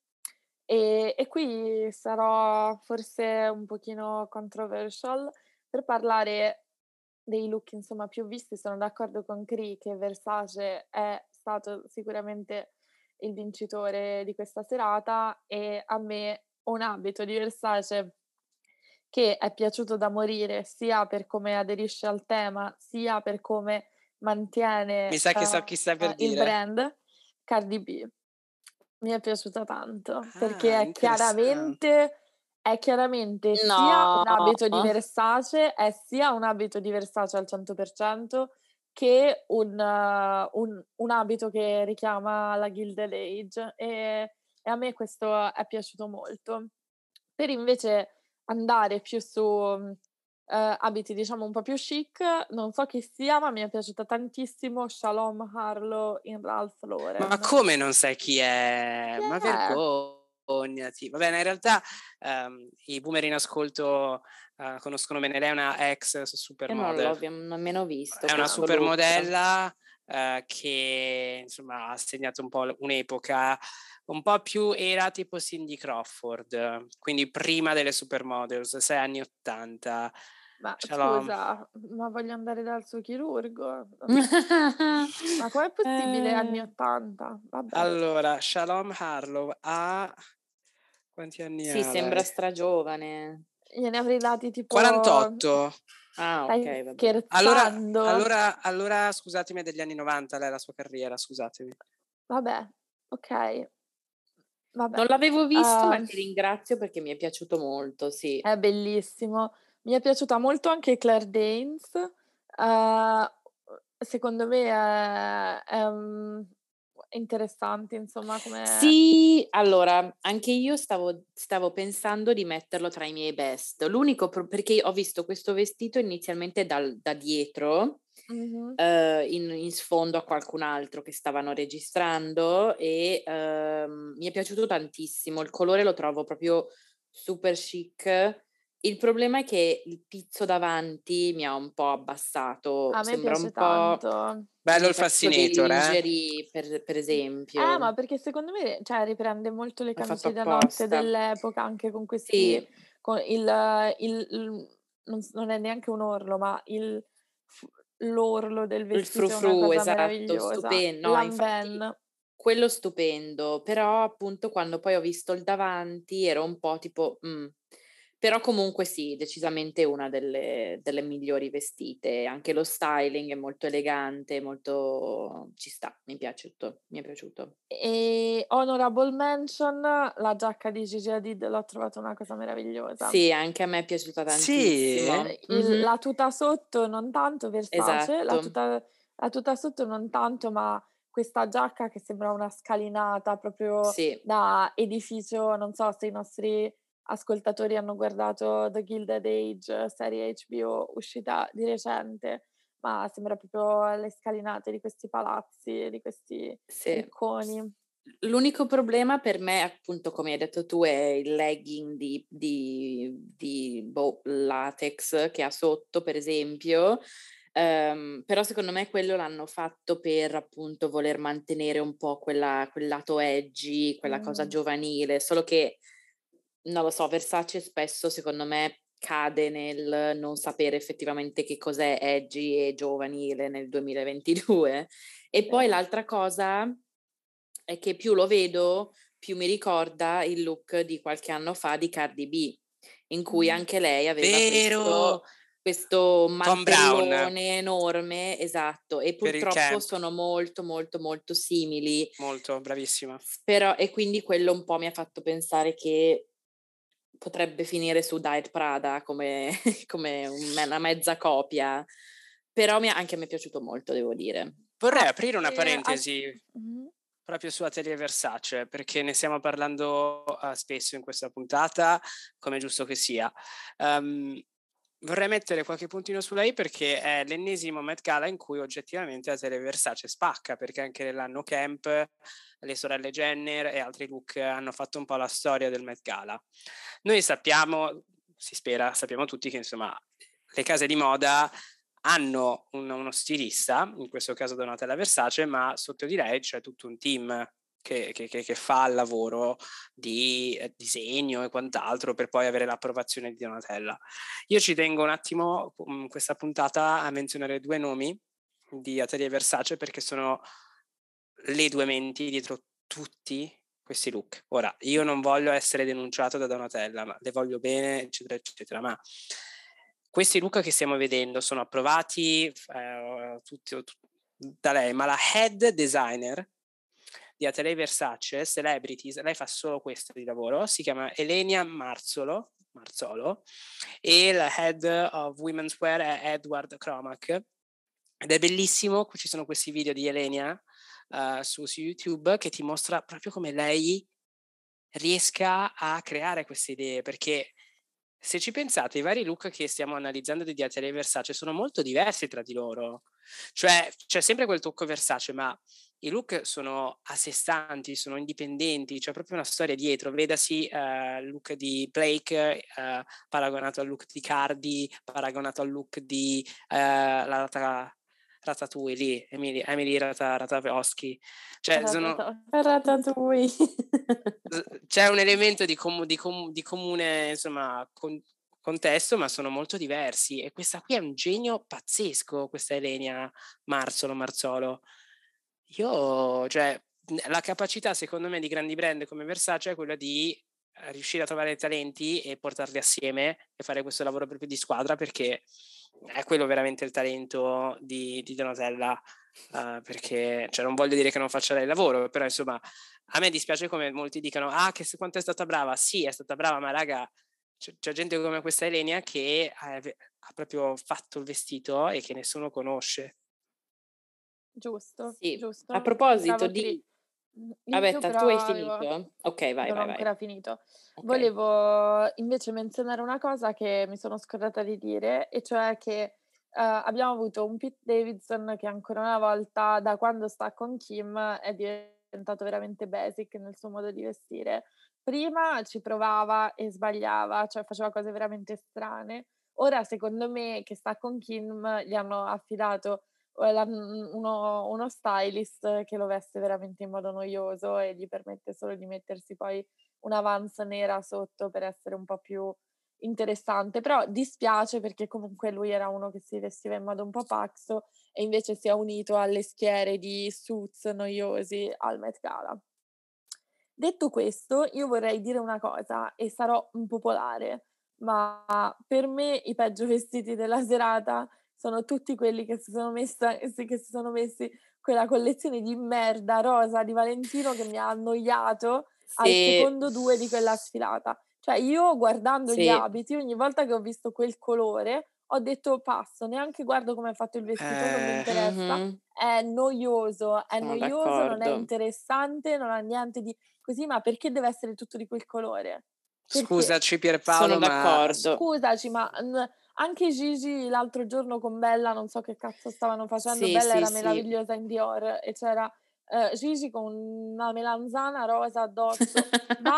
e e qui sarò forse un pochino controversial per parlare dei look, insomma, più visti. Sono d'accordo con Cri che Versace è stato sicuramente il vincitore di questa serata e a me un abito di Versace che è piaciuto da morire, sia per come aderisce al tema, sia per come Mi mantiene, sa che so chi sta uhm, per il dire. brand, Cardi B. Mi è piaciuta tanto, perché Ah, è interessante. chiaramente è chiaramente sia un No, abito di Versace è sia un abito di Versace al cento per cento che un eh, un un abito che richiama la Gilded Age, e e a me questo è piaciuto molto. Per invece andare più su, mhmm, ehm, abiti diciamo un po' più chic, non so chi sia, ma mi è piaciuta tantissimo Shalom Harlow in Ralph Ma Lauren. come non sai chi è? Chi Ma è? vergognati. Va bene, in realtà ehm, i boomer in ascolto eh, conoscono bene lei, è una ex io non l'ho supermodel. ovvia- nemmeno visto È una questo look. supermodella uh, che insomma ha segnato un po' un'epoca, un po' più era tipo Cindy Crawford, quindi prima delle supermodels, sei anni ottanta. Ma Shalom. scusa, ma voglio andare dal suo chirurgo? Ma com'è possibile anni Eh, ottanta? Vabbè. Allora, Shalom Harlow ha... Quanti anni sì, ha sembra lei? stragiovane. Gliene avrei dati tipo... quarantotto. Ah, Stai ok, vabbè. Allora, scherzando? allora, allora scusatemi, è degli anni novanta lei la sua carriera, scusatemi. Vabbè, ok. Vabbè. Non l'avevo visto, ma Uh, ti ringrazio perché mi è piaciuto molto, sì. è bellissimo. Mi è piaciuta molto anche Claire Danes. Uh, secondo me è, è um, interessante, insomma, come... Sì, allora, anche io stavo, stavo pensando di metterlo tra i miei best. L'unico pro- perché ho visto questo vestito inizialmente dal- da dietro, Mhm. eh, in, in sfondo a qualcun altro che stavano registrando e ehm, mi è piaciuto tantissimo. Il colore lo trovo proprio super chic. Il problema è che il pizzo davanti mi ha un po' abbassato, A me sembra piace un po' tanto. Bello un il pezzo di fascinator, eh? lingerie, per, per Eh, ma esempio. perché secondo me, cioè, riprende molto le L'ha fatto camicie da notte apposta. dell'epoca, anche con questi, Sì, con il, il- il- non, s- non è neanche un orlo, ma il, f- l'orlo del il vestito è una frufru, cosa esatto, meravigliosa. stupendo. No, infatti L'unven. quello stupendo, però appunto quando poi ho visto il davanti ero un po' tipo... mm. Però comunque sì, decisamente una delle, delle migliori vestite. Anche lo styling è molto elegante, molto... ci sta, mi è piaciuto, mi è piaciuto. E honorable mention, la giacca di Gigi Hadid l'ho trovata una cosa meravigliosa. Sì, anche a me è piaciuta Sì? tantissimo. Eh, il- Mhm, la tuta sotto non tanto Versace, la esatto, tuta, la tuta sotto non tanto, ma questa giacca che sembra una scalinata proprio sì. da edificio, non so se i nostri ascoltatori hanno guardato The Gilded Age, serie H B O uscita di recente, ma sembra proprio le scalinate di questi palazzi, di questi Sì. ricconi. L'unico problema per me, appunto, come hai detto tu, è il legging di, di, di boh, latex che ha sotto, per esempio. Um, però secondo me quello l'hanno fatto per appunto voler mantenere un po' quella, quel lato edgy, quella cosa Mm. giovanile, solo che non lo so, Versace spesso secondo me cade nel non sapere effettivamente che cos'è edgy e giovanile nel duemilaventidue. E poi Vero. l'altra cosa è che più lo vedo, più mi ricorda il look di qualche anno fa di Cardi B, in cui Mm. anche lei aveva Vero! questo, questo Tom Brown mantellone enorme, esatto, e per il purtroppo camp. sono molto molto molto simili, Molto, bravissima. però, e quindi quello un po' mi ha fatto pensare che potrebbe finire su Diet Prada come, come un- una mezza copia, però mi, anche a me è piaciuto molto, devo dire. Vorrei Ah, aprire una e al- parentesi Mhm. proprio su Atelier Versace, perché ne stiamo parlando uh, spesso in questa puntata, come è giusto che sia. Um, vorrei mettere qualche puntino sulla i perché è l'ennesimo Met Gala in cui oggettivamente Atelier Versace spacca, perché anche nell'anno camp le sorelle Jenner e altri look hanno fatto un po' la storia del Met Gala. Noi sappiamo, si spera, sappiamo tutti che insomma le case di moda hanno un, uno stilista, in questo caso Donatella Versace, ma sotto di lei c'è tutto un team che, che, che fa il lavoro di eh, disegno e quant'altro per poi avere l'approvazione di Donatella. Io ci tengo un attimo in questa puntata a menzionare due nomi di Atelier Versace perché sono le due menti dietro tutti questi look. Ora, io non voglio essere denunciato da Donatella, ma le voglio bene, eccetera, eccetera, ma questi look che stiamo vedendo sono approvati eh, tutti, da lei, ma la head designer di Atelier Versace, Celebrities, lei fa solo questo di lavoro, si chiama Elenia Marzolo, Marzolo e la head of women's wear è Edward Cromack ed è bellissimo, qui ci sono questi video di Elenia uh, su, su YouTube che ti mostra proprio come lei riesca a creare queste idee, perché se ci pensate, i vari look che stiamo analizzando di Atelier Versace sono molto diversi tra di loro. Cioè, c'è sempre quel tocco Versace, ma i look sono a sé stanti, sono indipendenti, c'è proprio una storia dietro. Vedasi uh, il look di Blake uh, paragonato al look di Cardi, paragonato al look di uh, l'altra Ratatouille lì, Emily, Emily Rata, Ratajkowski. Cioè, sono... Ratatouille. C'è un elemento di, com- di, com- di comune, insomma, con- contesto, ma sono molto diversi. E questa qui è un genio pazzesco, questa Elenia Marzolo, Marzolo. Io, cioè, la capacità, secondo me, di grandi brand come Versace è quella di riuscire a trovare talenti e portarli assieme e fare questo lavoro proprio di squadra, perché è quello veramente il talento di, di Donatella, uh, perché, cioè, non voglio dire che non faccia lei il lavoro, però insomma a me dispiace come molti dicano ah che quanto è stata brava. Sì, è stata brava, ma raga, c'è, c'è gente come questa Elenia che ha, ha proprio fatto il vestito e che nessuno conosce. Giusto, Sì. giusto. A proposito Bravo, di... Cri. Aspetta, Io però tu hai avevo... finito? Ok, vai, non ho vai, ancora vai. finito. Ok. Volevo invece menzionare una cosa che mi sono scordata di dire, e cioè che eh, abbiamo avuto un Pete Davidson che ancora una volta, da quando sta con Kim, è diventato veramente basic nel suo modo di vestire. Prima ci provava e sbagliava, cioè faceva cose veramente strane. Ora, secondo me, che sta con Kim, gli hanno affidato uno, uno stylist che lo veste veramente in modo noioso e gli permette solo di mettersi poi una Vans nera sotto per essere un po' più interessante. Però dispiace perché comunque lui era uno che si vestiva in modo un po' pazzo e invece si è unito alle schiere di suits noiosi al Met Gala. Detto questo, io vorrei dire una cosa e sarò impopolare, ma per me i peggio vestiti della serata sono tutti quelli che si sono messa, che si sono messi quella collezione di merda rosa di Valentino che mi ha annoiato al Sì, secondo due di quella sfilata. Cioè io guardando gli sì. abiti, ogni volta che ho visto quel colore, ho detto passo, neanche guardo come è fatto il vestito, non mi Eh, interessa, Mhm, è noioso, è sono noioso, non è d'accordo. interessante, non ha niente di così, ma perché deve essere tutto di quel colore? Perché? scusaci Sono Pierpaolo, ma d'accordo. Scusaci, ma n- anche Gigi l'altro giorno con Bella, non so che cazzo stavano facendo, Sì, Bella sì, era sì. meravigliosa in Dior e c'era eh, Gigi con una melanzana rosa addosso.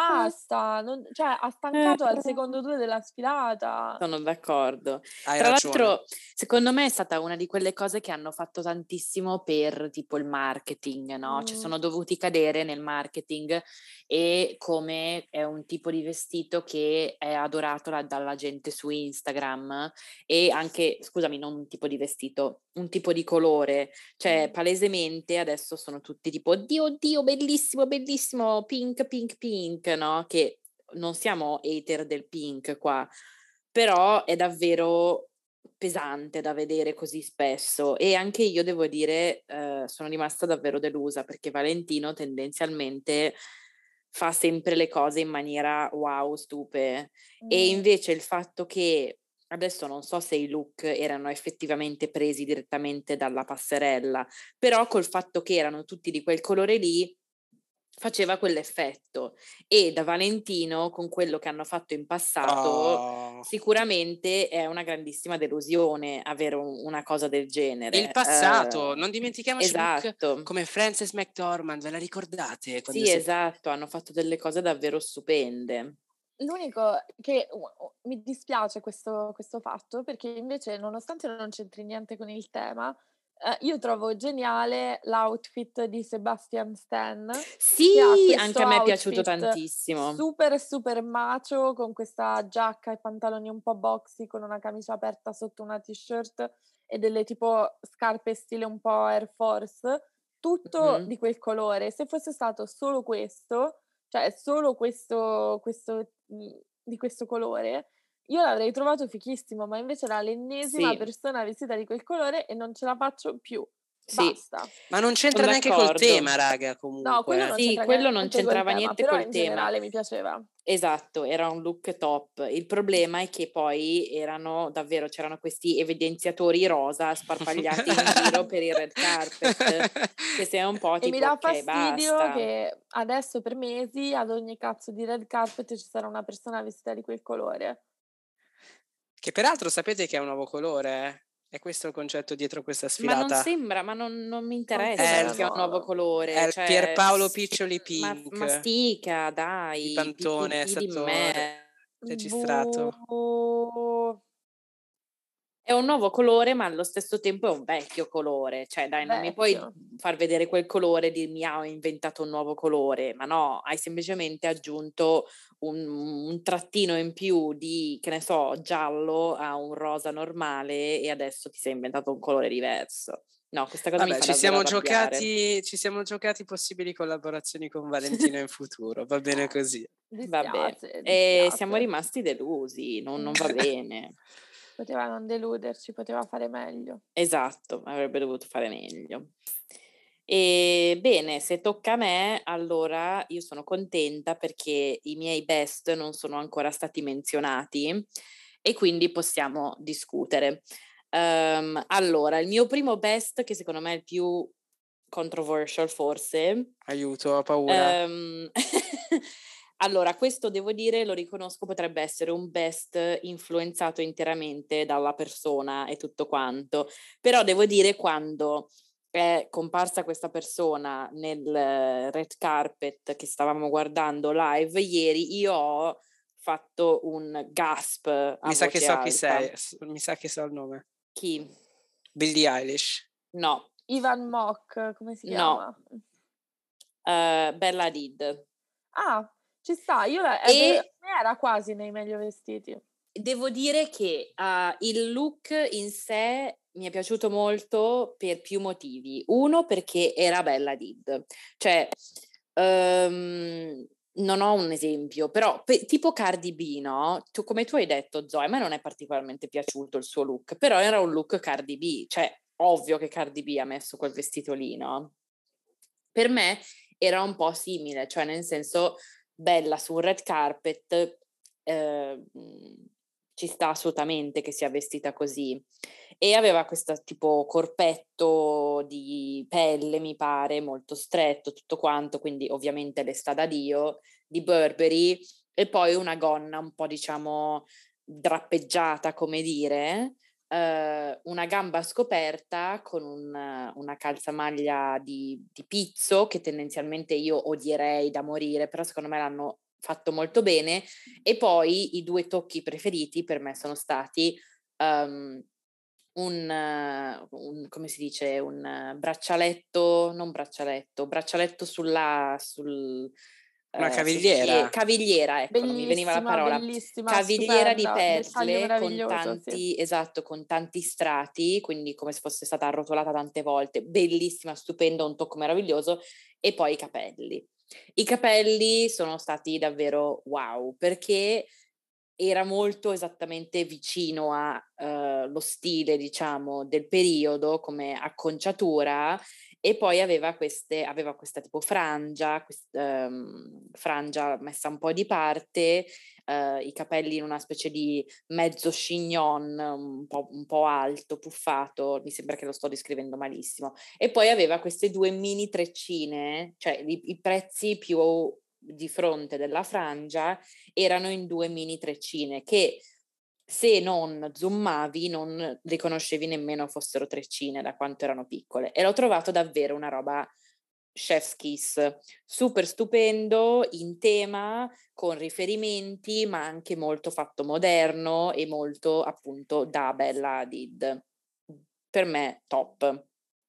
Basta, non- cioè ha stancato al secondo due della sfilata. Sono d'accordo. hai Tra ragione. l'altro, secondo me è stata una di quelle cose che hanno fatto tantissimo per tipo il marketing, no? Cioè Mm. sono dovuti cadere nel marketing e come è un tipo di vestito che è adorato la- dalla gente su Instagram e anche, scusami, non un tipo di vestito, un tipo di colore. Cioè Mm. palesemente adesso sono tutti tipo, oddio, oddio, bellissimo, bellissimo, pink, pink, pink, no? Che non siamo hater del pink qua, però è davvero pesante da vedere così spesso e anche io devo dire eh, sono rimasta davvero delusa perché Valentino tendenzialmente fa sempre le cose in maniera wow, stupe Mm. e invece il fatto che adesso non so se i look erano effettivamente presi direttamente dalla passerella, però col fatto che erano tutti di quel colore lì faceva quell'effetto e da Valentino con quello che hanno fatto in passato Oh. sicuramente è una grandissima delusione avere un, una cosa del genere. Il passato, Eh, non dimentichiamoci look esatto. come Frances McDormand, ve la ricordate? Quando Sì, si... esatto, hanno fatto delle cose davvero stupende. L'unico che uh, uh, mi dispiace questo, questo fatto, perché invece nonostante non c'entri niente con il tema, eh, io trovo geniale l'outfit di Sebastian Stan, che ha Sì, anche questo a me è piaciuto outfit tantissimo. super super macio, con questa giacca e pantaloni un po' boxy, con una camicia aperta sotto una t-shirt e delle tipo scarpe stile un po' Air Force, tutto Mhm. di quel colore. Se fosse stato solo questo, cioè solo questo, questo mh, di questo colore, io l'avrei trovato fichissimo, ma invece era l'ennesima Sì, persona vestita di quel colore e non ce la faccio più. sì, Basta. Ma non c'entra sono neanche col d'accordo. tema, raga, No, quello comunque. non Sì, c'entra quello non niente col c'entrava tema, niente però col in tema. generale mi piaceva. Esatto, era un look top. Il problema è che poi erano davvero, c'erano questi evidenziatori rosa sparpagliati in giro per il red carpet, che sei un po' E mi tipo, dà ok, fastidio basta. che adesso per mesi ad ogni cazzo di red carpet ci sarà una persona vestita di quel colore. Che peraltro sapete che è un nuovo colore, eh? È questo il concetto dietro questa Ma non sfilata. sembra, ma non, non mi Non interessa È sembra il, che sia un nuovo nuovo. è colore, il cioè, Pierpaolo s- Piccioli ma, Pink. mastica, Il dai, pantone è pipì di stato re- me. registrato. Boh. È un nuovo colore, ma allo stesso tempo è un vecchio colore. Cioè, dai, non mi puoi Vecchio. far vedere quel colore e dirmi, ah, ho inventato un nuovo colore. Ma no, hai semplicemente aggiunto un, un trattino in più di, che ne so, giallo a un rosa normale e adesso ti sei inventato un colore diverso. No, questa cosa mi Vabbè, fa ci davvero siamo arrabbiare. giocati, ci siamo giocati possibili collaborazioni con Valentina in futuro, va bene così. Vabbè, Dispiace, e siamo dispiace. rimasti delusi, non, non va Mm. bene. Poteva non deluderci, poteva fare meglio. Esatto, avrebbe dovuto fare meglio. E bene, se tocca a me, allora io sono contenta perché i miei best non sono ancora stati menzionati e quindi possiamo discutere. Um, allora, il mio primo best, che secondo me è il più controversial forse, Aiuto, ho paura. um, allora, questo devo dire, lo riconosco, potrebbe essere un best influenzato interamente dalla persona e tutto quanto, però devo dire quando è comparsa questa persona nel red carpet che stavamo guardando live ieri, io ho fatto un gasp a Mi sa che voce so chi alta. sei, s- mi sa che so il nome. Chi? Billie Eilish. No, Ivan Mock, come si no, chiama? uh, Bella Hadid. Ah, ci sta, io la, eh, E per me era quasi nei meglio vestiti. devo dire che uh, il look in sé mi è piaciuto molto per più motivi. Uno, perché era Bella Hadid. Cioè, um, non ho un esempio, però pe- tipo Cardi B, no? Tu, come tu hai detto, Zoe, a me non è particolarmente piaciuto il suo look, però era un look Cardi B. Cioè, ovvio che Cardi B ha messo quel vestito lì, no? Per me era un po' simile, cioè nel senso Bella su un red carpet, eh, ci sta assolutamente che sia vestita così. E aveva questo tipo corpetto di pelle, mi pare, molto stretto, tutto quanto, quindi ovviamente le sta da Dio, di Burberry, e poi una gonna un po', diciamo, drappeggiata, come dire, eh, una gamba scoperta con un, una calzamaglia di, di pizzo che tendenzialmente io odierei da morire, però secondo me l'hanno fatto molto bene. E poi i due tocchi preferiti per me sono stati um, un, uh, un, come si dice, un uh, braccialetto, non braccialetto, braccialetto sulla, sul, Una uh, sul pie- cavigliera. cavigliera, ecco, non mi veniva la Bellissima, parola. bellissima, Cavigliera di stupenda, dettaglio perle con meraviglioso, sì. tanti, esatto, con tanti strati, quindi come se fosse stata arrotolata tante volte, bellissima, stupenda, un tocco maravilloso, e poi i capelli. I capelli sono stati davvero wow, perché era molto esattamente vicino allo uh, stile, diciamo, del periodo come acconciatura, e poi aveva queste, aveva questa tipo frangia, quest, um, frangia messa un po' di parte, uh, i capelli in una specie di mezzo chignon, un po', un po' alto, puffato, mi sembra che lo sto descrivendo malissimo, e poi aveva queste due mini treccine, cioè i, i prezzi più di fronte della frangia erano in due mini treccine che se non zoomavi non riconoscevi nemmeno fossero treccine da quanto erano piccole, e l'ho trovato davvero una roba chef's kiss, super stupendo, in tema, con riferimenti, ma anche molto fatto moderno e molto appunto da Bella Hadid. Per me top.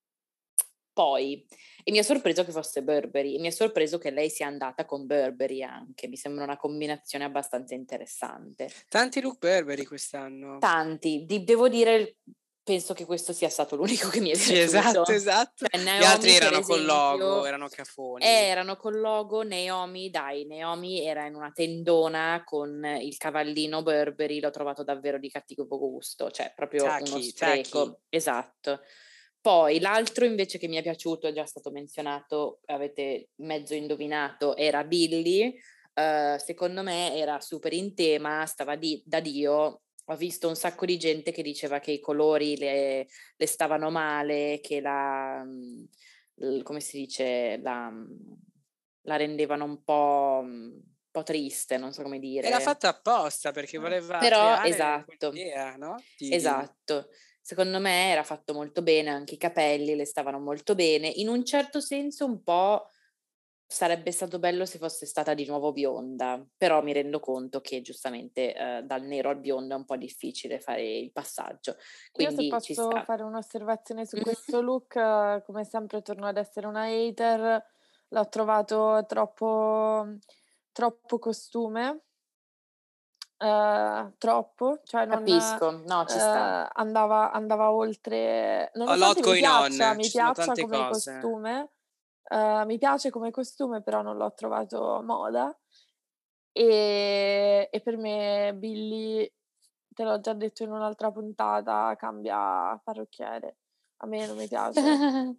Poi, e mi ha sorpreso che fosse Burberry, e mi ha sorpreso che lei sia andata con Burberry anche, mi sembra una combinazione abbastanza interessante. Tanti look Burberry quest'anno. Tanti, di, devo dire, penso che questo sia stato l'unico che mi è Sì, piaciuto. esatto, esatto. Cioè, Gli altri Naomi, per erano col logo, esempio, erano cafoni. eh, erano col logo. Naomi, dai, Naomi era in una tendona con il cavallino Burberry, l'ho trovato davvero di cattivo gusto, cioè proprio Tacky, uno spreco. tacky. Esatto. Poi l'altro invece che mi è piaciuto, è già stato menzionato, avete mezzo indovinato, era Billy. Uh, secondo me era super in tema, stava di, da Dio. Ho visto un sacco di gente che diceva che i colori le, le stavano male, che la, l, come si dice, la, la rendevano un po', un po' triste, non so come dire. E l'ha fatta apposta perché voleva Però, creare esatto, quell'idea, no? Di, esatto. Di... Secondo me era fatto molto bene, anche i capelli le stavano molto bene, in un certo senso un po' sarebbe stato bello se fosse stata di nuovo bionda, però mi rendo conto che giustamente eh, dal nero al biondo è un po' difficile fare il passaggio, Io se quindi ci posso sta. fare un'osservazione su Mhm. questo look, eh, come sempre torno ad essere una hater, l'ho trovato troppo, troppo costume, eh, troppo, cioè non Capisco, no, ci sta. eh, andava, andava oltre, A lot nonostante mi going piaccia, on, mi ci sono piaccia tante come cose. costume, eh, mi piace come costume, però non l'ho trovato moda. E, e per me Billy, te l'ho già detto in un'altra puntata, cambia parrucchiere. A me non mi piace Sì.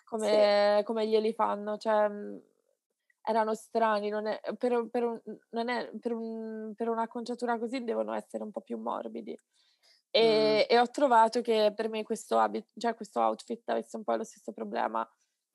come, come glieli fanno, cioè mh, erano strani, non è, per, per un- non è- per un- per un'acconciatura così devono essere un po' più morbidi. Mm. E, e ho trovato che per me questo, abit- cioè questo outfit avesse un po' lo stesso problema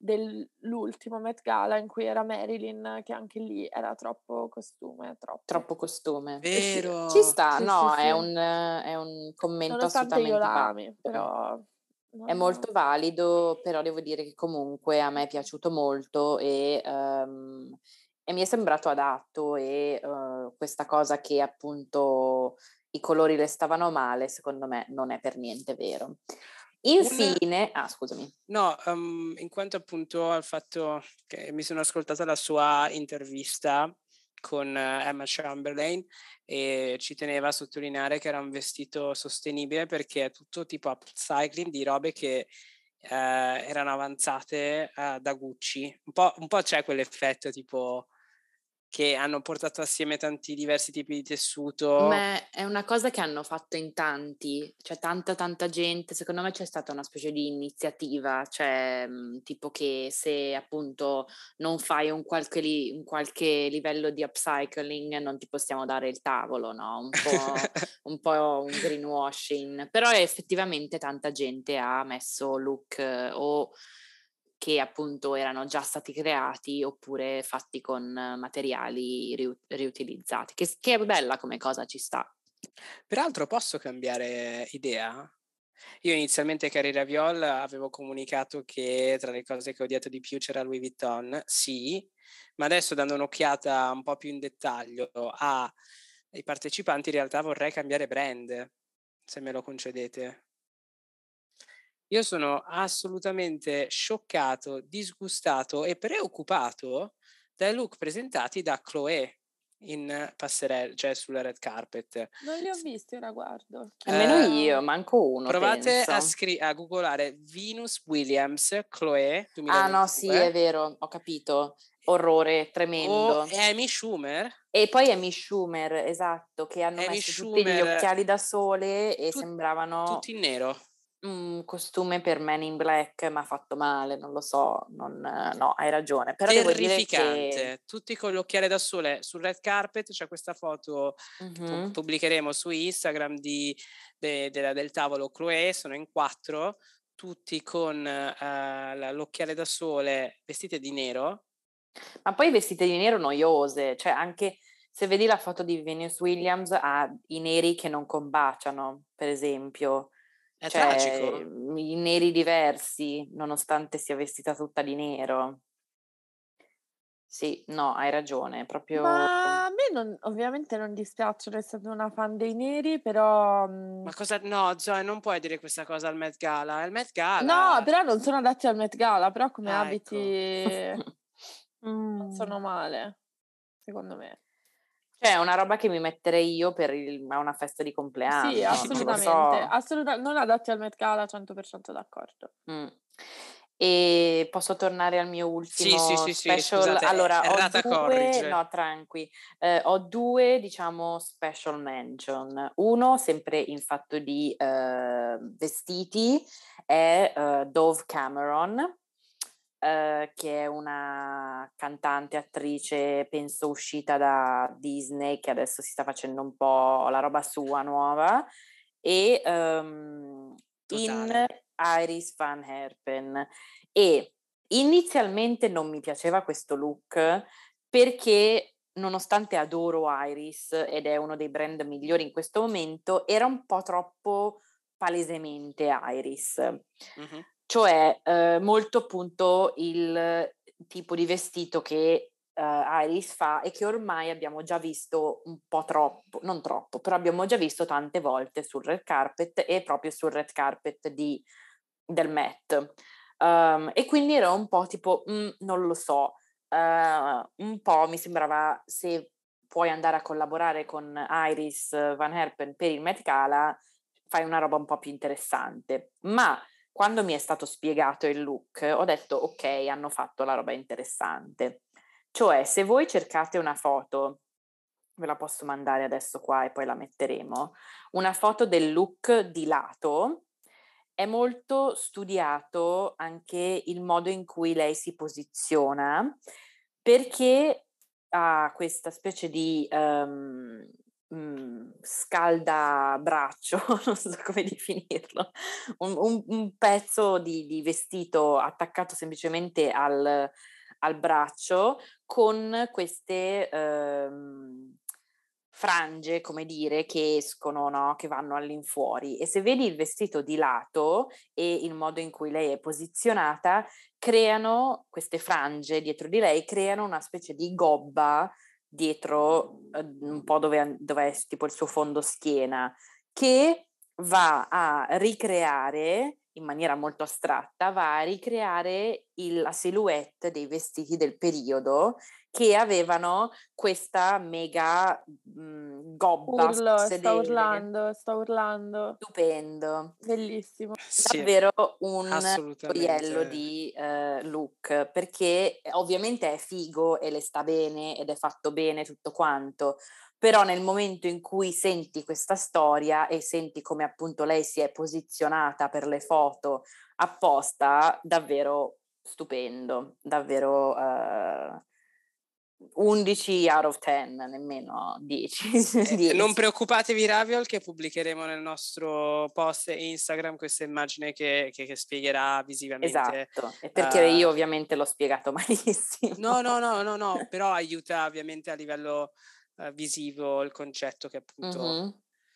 dell'ultimo Met Gala in cui era Marilyn, che anche lì era troppo costume, troppo. Troppo costume. Eh sì, Vero. Ci sta, sì, no, sì, è sì. un, eh, è un commento Nonostante io assolutamente la ami, valido. però È non... molto valido, però devo dire che comunque a me è piaciuto molto e, ehm, e mi è sembrato adatto e eh, questa cosa che appunto i colori le stavano male, secondo me non è per niente vero. Infine, ah scusami. No, um, in quanto appunto al fatto che mi sono ascoltata la sua intervista con uh, Emma Chamberlain e ci teneva a sottolineare che era un vestito sostenibile perché è tutto tipo upcycling di robe che uh, erano avanzate uh, da Gucci. Un po', un po' c'è quell'effetto tipo che hanno portato assieme tanti diversi tipi di tessuto. Ma è una cosa che hanno fatto in tanti, c'è tanta tanta gente, secondo me c'è stata una specie di iniziativa, cioè mh, tipo che se appunto non fai un qualche, li- un qualche livello di upcycling non ti possiamo dare il tavolo, no? Un po', un po' un greenwashing, però effettivamente tanta gente ha messo look eh, o che appunto erano già stati creati oppure fatti con materiali riu- riutilizzati, che, che è bella come cosa, ci sta. Peraltro posso cambiare idea? Io inizialmente Carriera Viol avevo comunicato che tra le cose che ho odiato di più c'era Louis Vuitton, sì, ma adesso dando un'occhiata un po' più in dettaglio ai partecipanti in realtà vorrei cambiare brand, se me lo concedete. Io sono assolutamente scioccato, disgustato e preoccupato dai look presentati da Chloé in passerella, cioè sulla red carpet. Non li ho visti, ora guardo. Nemmeno Eh, io, manco uno, Provate penso. a, scri- a googolare Venus Williams Chloé Ah no, sì, è duemilaventidue vero, ho capito. Orrore, o tremendo. Amy Schumer. E poi Amy Schumer, esatto, che hanno Amy messo tutti gli Schumer, occhiali da sole e tut- sembravano tutti in nero. un costume per Men in Black, ma fatto male, non lo so, non, no, hai ragione. Però devo dire che... Terrificante, tutti con l'occhiale da sole sul red carpet. C'è questa foto che pu- Mhm. pubblicheremo su Instagram di, de- de- del tavolo Chloé, sono in quattro, tutti con eh, la- l'occhiale da sole vestite di nero. Ma poi vestite di nero noiose, cioè anche se vedi la foto di Venus Williams ha i neri che non combaciano, per esempio, È cioè tragico. i neri diversi, nonostante sia vestita tutta di nero. Sì, no, hai ragione, è proprio... Ma a me non, ovviamente non dispiacciono, essendo una fan dei neri, però... mh, Ma cosa? No, Zoe, non puoi dire questa cosa al Met Gala. È il Met No, Gala. però non sono adatti al Met Gala, però come Ah, abiti ecco. non Mm. sono male, secondo me. Cioè, è una roba che mi metterei io per il- a una festa di compleanno, Sì, non lo assolutamente, so. assoluta- non adatti al Met Gala, cento per cento d'accordo. Mm. E posso tornare al mio Sì, sì, ultimo sì, sì, special? scusate, Allora, ho errata due, corrige. no, tranqui, eh, ho due, diciamo, special mention. Uno, sempre in fatto di eh, vestiti, è eh, Dove Cameron, eh, che è una cantante, attrice, penso uscita da Disney, che adesso si sta facendo un po' la roba sua nuova, e um, in Totale. Iris Van Herpen. E inizialmente non mi piaceva questo look perché nonostante adoro Iris ed è uno dei brand migliori in questo momento, era un po' troppo palesemente Iris. Mhm. Cioè eh, molto appunto il tipo di vestito che uh, Iris fa e che ormai abbiamo già visto un po' troppo, non troppo, però abbiamo già visto tante volte sul red carpet e proprio sul red carpet di, del Met. Um, e quindi ero un po' tipo, mm, non lo so, uh, un po' mi sembrava, se puoi andare a collaborare con Iris Van Herpen per il Met Gala, fai una roba un po' più interessante. Ma quando mi è stato spiegato il look, ho detto ok, hanno fatto la roba interessante. Cioè, se voi cercate una foto, ve la posso mandare adesso qua e poi la metteremo, una foto del look di lato, è molto studiato anche il modo in cui lei si posiziona, perché ha questa specie di um, um, scaldabraccio, non so come definirlo, un, un, un pezzo di, di vestito attaccato semplicemente al, al braccio con queste um, frange, come dire, che escono, no? Che vanno all'infuori. E se vedi il vestito di lato e il modo in cui lei è posizionata, creano queste frange dietro di lei, creano una specie di gobba dietro eh, un po' dove, dove è tipo il suo fondo schiena, che va a ricreare in maniera molto astratta, va a ricreare il, la silhouette dei vestiti del periodo che avevano questa mega mh, gobba Urlo, sta sedere. urlando, sta urlando. Stupendo. Bellissimo. Sì, Davvero un assolutamente. gioiello di eh, look, perché ovviamente è figo e le sta bene ed è fatto bene tutto quanto, però nel momento in cui senti questa storia e senti come appunto lei si è posizionata per le foto apposta, davvero stupendo, davvero uh, undici out of ten, nemmeno dieci. Eh, non preoccupatevi Raviol, che pubblicheremo nel nostro post Instagram questa immagine che, che, che spiegherà visivamente. Esatto, e perché uh, io ovviamente l'ho spiegato malissimo. No, no, no, no, no, però aiuta ovviamente a livello uh, visivo il concetto che appunto mm-hmm.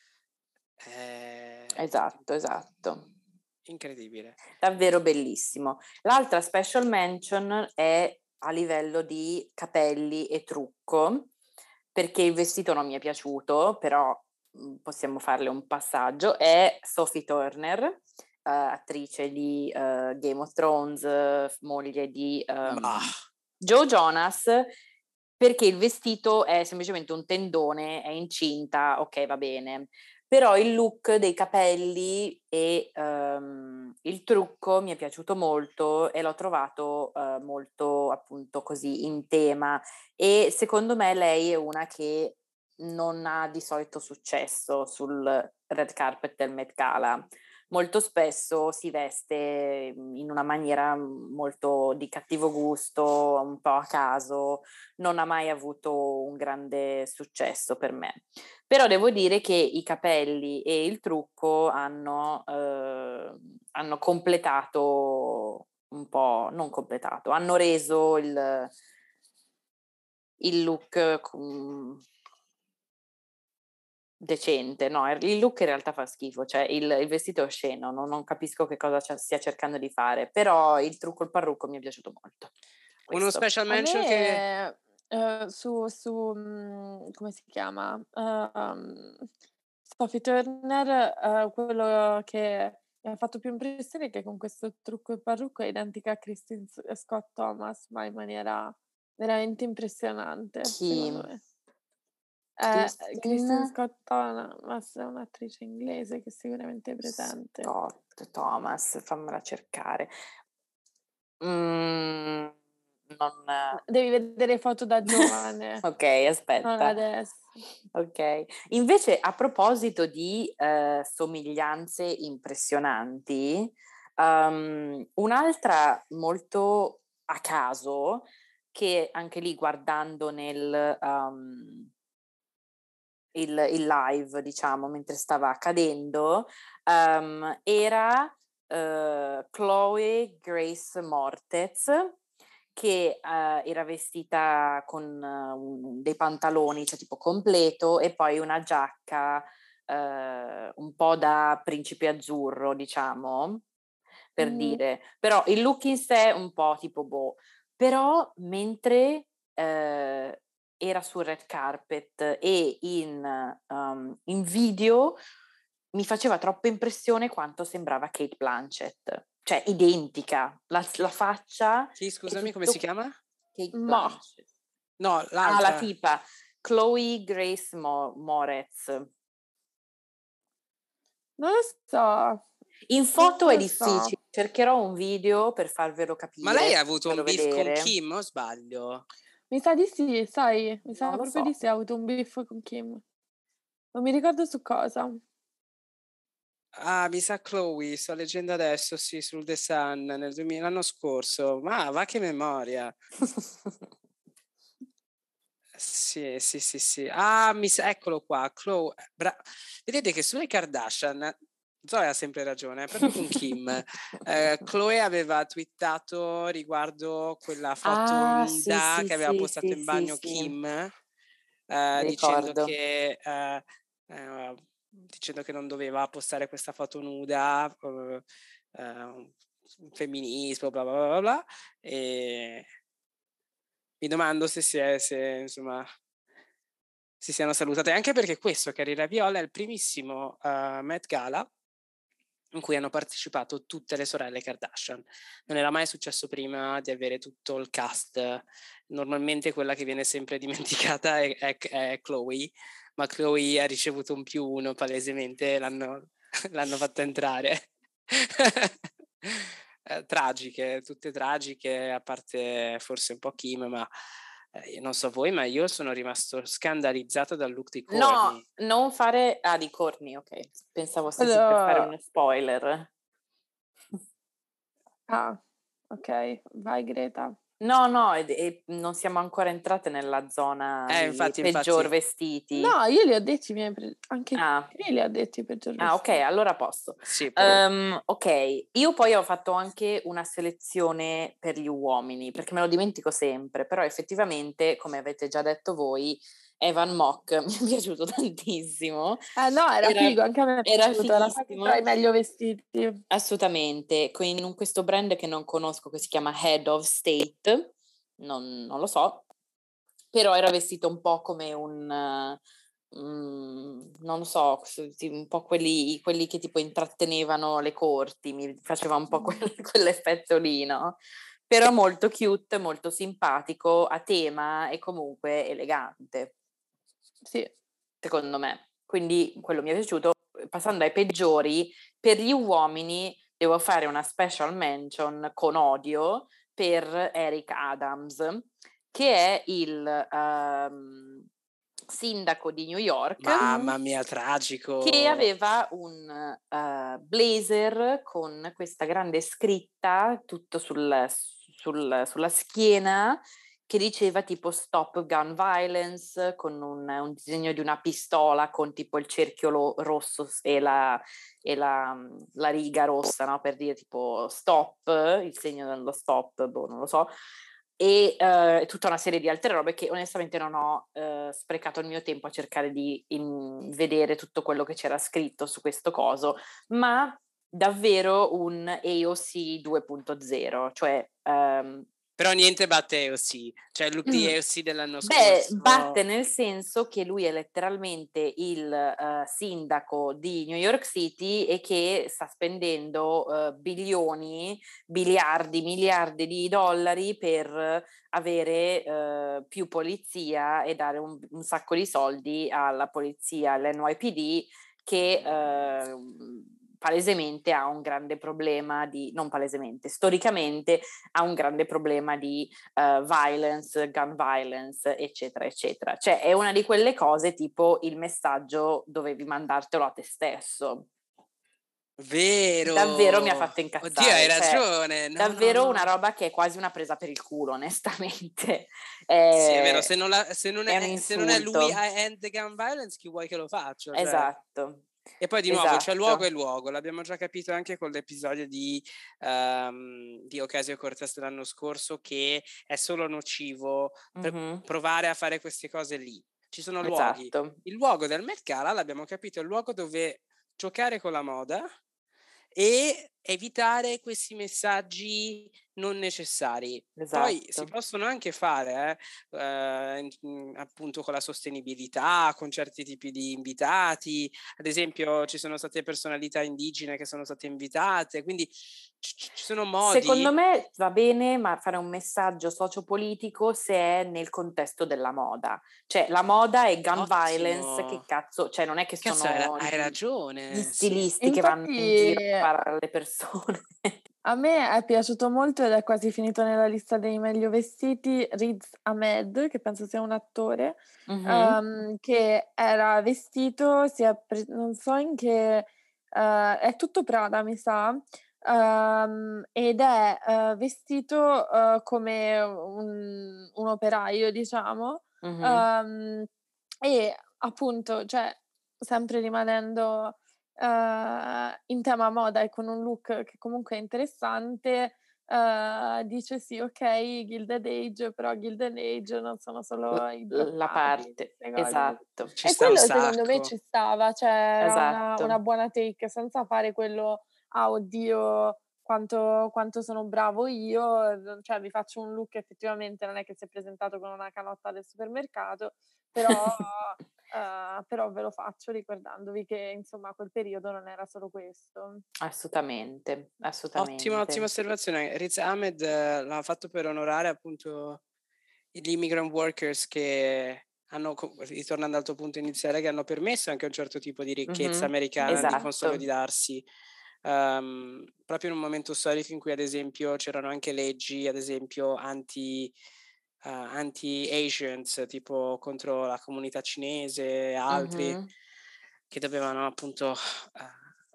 è... Esatto, esatto. Incredibile. Davvero bellissimo. L'altra special mention è a livello di capelli e trucco, perché il vestito non mi è piaciuto, però possiamo farle un passaggio. È Sophie Turner, uh, attrice di uh, Game of Thrones, uh, moglie di um, Joe Jonas, perché il vestito è semplicemente un tendone, è incinta, ok, va bene. Però il look dei capelli e um, il trucco mi è piaciuto molto e l'ho trovato uh, molto appunto così in tema, e secondo me lei è una che non ha di solito successo sul red carpet del Met Gala. Molto spesso si veste in una maniera molto di cattivo gusto, un po' a caso, non ha mai avuto un grande successo per me. Però devo dire che i capelli e il trucco hanno, eh, hanno completato un po', non completato, hanno reso il, il look um, decente. No, il look in realtà fa schifo, cioè il, il vestito è osceno, non, non capisco che cosa c- stia cercando di fare, però il trucco, il parrucco mi è piaciuto molto. Questo. Uno special mention che... Uh, su, su um, come si chiama? Uh, um, Sophie Turner, uh, quello che mi ha fatto più impressione è che con questo trucco e parrucco è identica a Kristin Scott Thomas, ma in maniera veramente impressionante, Chi? secondo me. Eh, Kristin Scott Thomas è un'attrice inglese che è sicuramente è presente. Scott Thomas, fammela cercare. Mm, non... Devi vedere foto da giovane. Ok, aspetta. Non adesso. Ok. Invece, a proposito di uh, somiglianze impressionanti, um, un'altra molto a caso, che anche lì guardando nel um, il, il live, diciamo, mentre stava accadendo, um, era uh, Chloe Grace Moretz, che uh, era vestita con uh, dei pantaloni, cioè tipo completo, e poi una giacca uh, un po' da principe azzurro, diciamo, per mm. dire. Però il look in sé un po' tipo boh, Però mentre eh, era sul red carpet e in, um, in video mi faceva troppa impressione quanto sembrava Cate Blanchett, cioè identica, la, la faccia. Sì, e scusami, come tutto- si chiama? Kate Ma. Blanchett. No, Ah, la l'altra. tipa, Chloe Grace Mo- Moretz. Non lo so. In foto Non è lo so. difficile, cercherò un video per farvelo capire. Ma lei ha avuto un farvelo beef con vedere. Kim, o sbaglio? Mi sa di sì, sai? Mi sa Non lo proprio so. di sì, ha avuto un beef con Kim. Non mi ricordo su cosa. Ah, mi sa Chloe, sto leggendo adesso, sì, sul The Sun, nel duemila, l'anno scorso. Ma va che memoria. Sì, sì, sì, sì. Ah, mi sa, eccolo qua, Chloe. Bra- Vedete che sulle Kardashian, Zoe ha sempre ragione, proprio con Kim. Eh, Chloe aveva twittato riguardo quella foto Ah, nuda sì, sì, che aveva sì, postato sì, in sì, bagno sì. Kim, eh, Mi dicendo ricordo. che eh, eh, dicendo che non doveva postare questa foto nuda, eh, eh, femminismo, bla bla bla bla, bla, e mi domando se si è, se, insomma, si siano salutate, anche perché questo, Carriera Viola, è il primissimo uh, Met Gala in cui hanno partecipato tutte le sorelle Kardashian. Non era mai successo prima di avere tutto il cast. Normalmente quella che viene sempre dimenticata è, è, è Chloe, ma Chloe ha ricevuto un più uno palesemente, l'hanno, l'hanno fatta entrare. eh, tragiche, tutte tragiche, a parte forse un po' Kim, ma eh, non so voi, ma io sono rimasto scandalizzato dal look di Kourtney. No, non fare... Ah, di Kourtney, ok. Pensavo stessi per Allora- fare uno spoiler. Ah, ok. Vai Greta. No, no, e, e non siamo ancora entrate nella zona Eh, di infatti, peggior infatti. vestiti. No, io li ho detti i miei... pre- Anche Ah. io li ho detti per giorni. Ah, ok, allora posso. Sì, Um, ok, io poi ho fatto anche una selezione per gli uomini, perché me lo dimentico sempre, però effettivamente, come avete già detto voi, Evan Mock mi è piaciuto tantissimo. Eh no, era, Era- figo, anche a me è era piaciuto, era proprio fighissimo. tra i meglio vestiti. Assolutamente, con in questo brand che non conosco, che si chiama Head of State, non, non lo so, però era vestito un po' come un... Mm, non lo so, sì, un po' quelli, quelli che tipo intrattenevano le corti, mi faceva un po' quel, quell'effetto lì, no? Però molto cute, molto simpatico, a tema e comunque elegante, Sì. secondo me. Quindi quello mi è piaciuto. Passando ai peggiori, per gli uomini devo fare una special mention con odio per Eric Adams, che è il... Um, sindaco di New York. Mamma mia, tragico. Che aveva un uh, blazer con questa grande scritta tutto sul, sul, sulla schiena che diceva tipo Stop Gun Violence, con un, un disegno di una pistola con tipo il cerchio lo, rosso e, la, e la, la riga rossa, no? Per dire tipo stop, il segno dello stop, boh, non lo so. E uh, tutta una serie di altre robe che onestamente non ho uh, sprecato il mio tempo a cercare di in, vedere tutto quello che c'era scritto su questo coso, ma davvero un A O C due punto zero, cioè um, però niente batte A O C, cioè il look di A O C dell'anno beh, scorso. batte nel senso che lui è letteralmente il uh, sindaco di New York City e che sta spendendo uh, bilioni, biliardi, miliardi di dollari per avere uh, più polizia e dare un, un sacco di soldi alla polizia, all'N Y P D, che uh, palesemente ha un grande problema di, non palesemente, storicamente ha un grande problema di uh, violence, gun violence, eccetera, eccetera. Cioè è una di quelle cose tipo il messaggio dovevi mandartelo a te stesso. Vero! Davvero mi ha fatto incazzare. Oddio, hai cioè, ragione. No, davvero no, no. una roba che è quasi una presa per il culo, onestamente. È, sì, è vero, se non, la, se, non è, è se non è lui a end the gun violence, chi vuoi che lo faccia? Cioè. Esatto. E poi di nuovo esatto. c'è luogo e luogo, l'abbiamo già capito anche con l'episodio di, um, di Ocasio-Cortez dell'anno scorso, che è solo nocivo per mm-hmm. provare a fare queste cose lì. Ci sono luoghi. Esatto. Il luogo del Met Gala, l'abbiamo capito, è il luogo dove giocare con la moda e evitare questi messaggi non necessari. Esatto. Poi si possono anche fare, eh, eh, appunto con la sostenibilità, con certi tipi di invitati, ad esempio ci sono state personalità indigene che sono state invitate, quindi ci, ci sono modi. Secondo me va bene, ma fare un messaggio sociopolitico se è nel contesto della moda. Cioè la moda è gun Ottimo. violence, che cazzo, cioè non è che Cazzo, sono hai gli, ragione. gli Sì. stilisti Infatti, che vanno in giro a sparare alle persone. A me è piaciuto molto ed è quasi finito nella lista dei meglio vestiti Riz Ahmed, che penso sia un attore, Mhm. um, che era vestito, si è pre- non so in che, uh, è tutto Prada mi sa, um, ed è uh, vestito uh, come un, un operaio, diciamo, Mhm. um, e appunto, cioè, sempre rimanendo Uh, in tema moda e con un look che comunque è interessante, uh, dice sì, ok, Gilded Age, però Gilded Age non sono solo i La broccati, parte, queste cose. esatto. Ci E sta un quello secondo me sacco. ci stava, cioè era una, Esatto. una buona take, senza fare quello, ah oddio, quanto, quanto sono bravo io, cioè vi faccio un look effettivamente, non è che si è presentato con una canotta del supermercato, però... Uh, però ve lo faccio ricordandovi che insomma quel periodo non era solo questo. Assolutamente, assolutamente. Ottima, ottima osservazione. Riz Ahmed eh, l'ha fatto per onorare appunto gli immigrant workers che hanno, ritornando al tuo punto iniziale, che hanno permesso anche un certo tipo di ricchezza Mhm. americana Esatto. di consolidarsi. Um, proprio in un momento storico in cui ad esempio c'erano anche leggi, ad esempio anti... Uh, anti-Asians, tipo contro la comunità cinese e altri, Mhm. che dovevano appunto uh,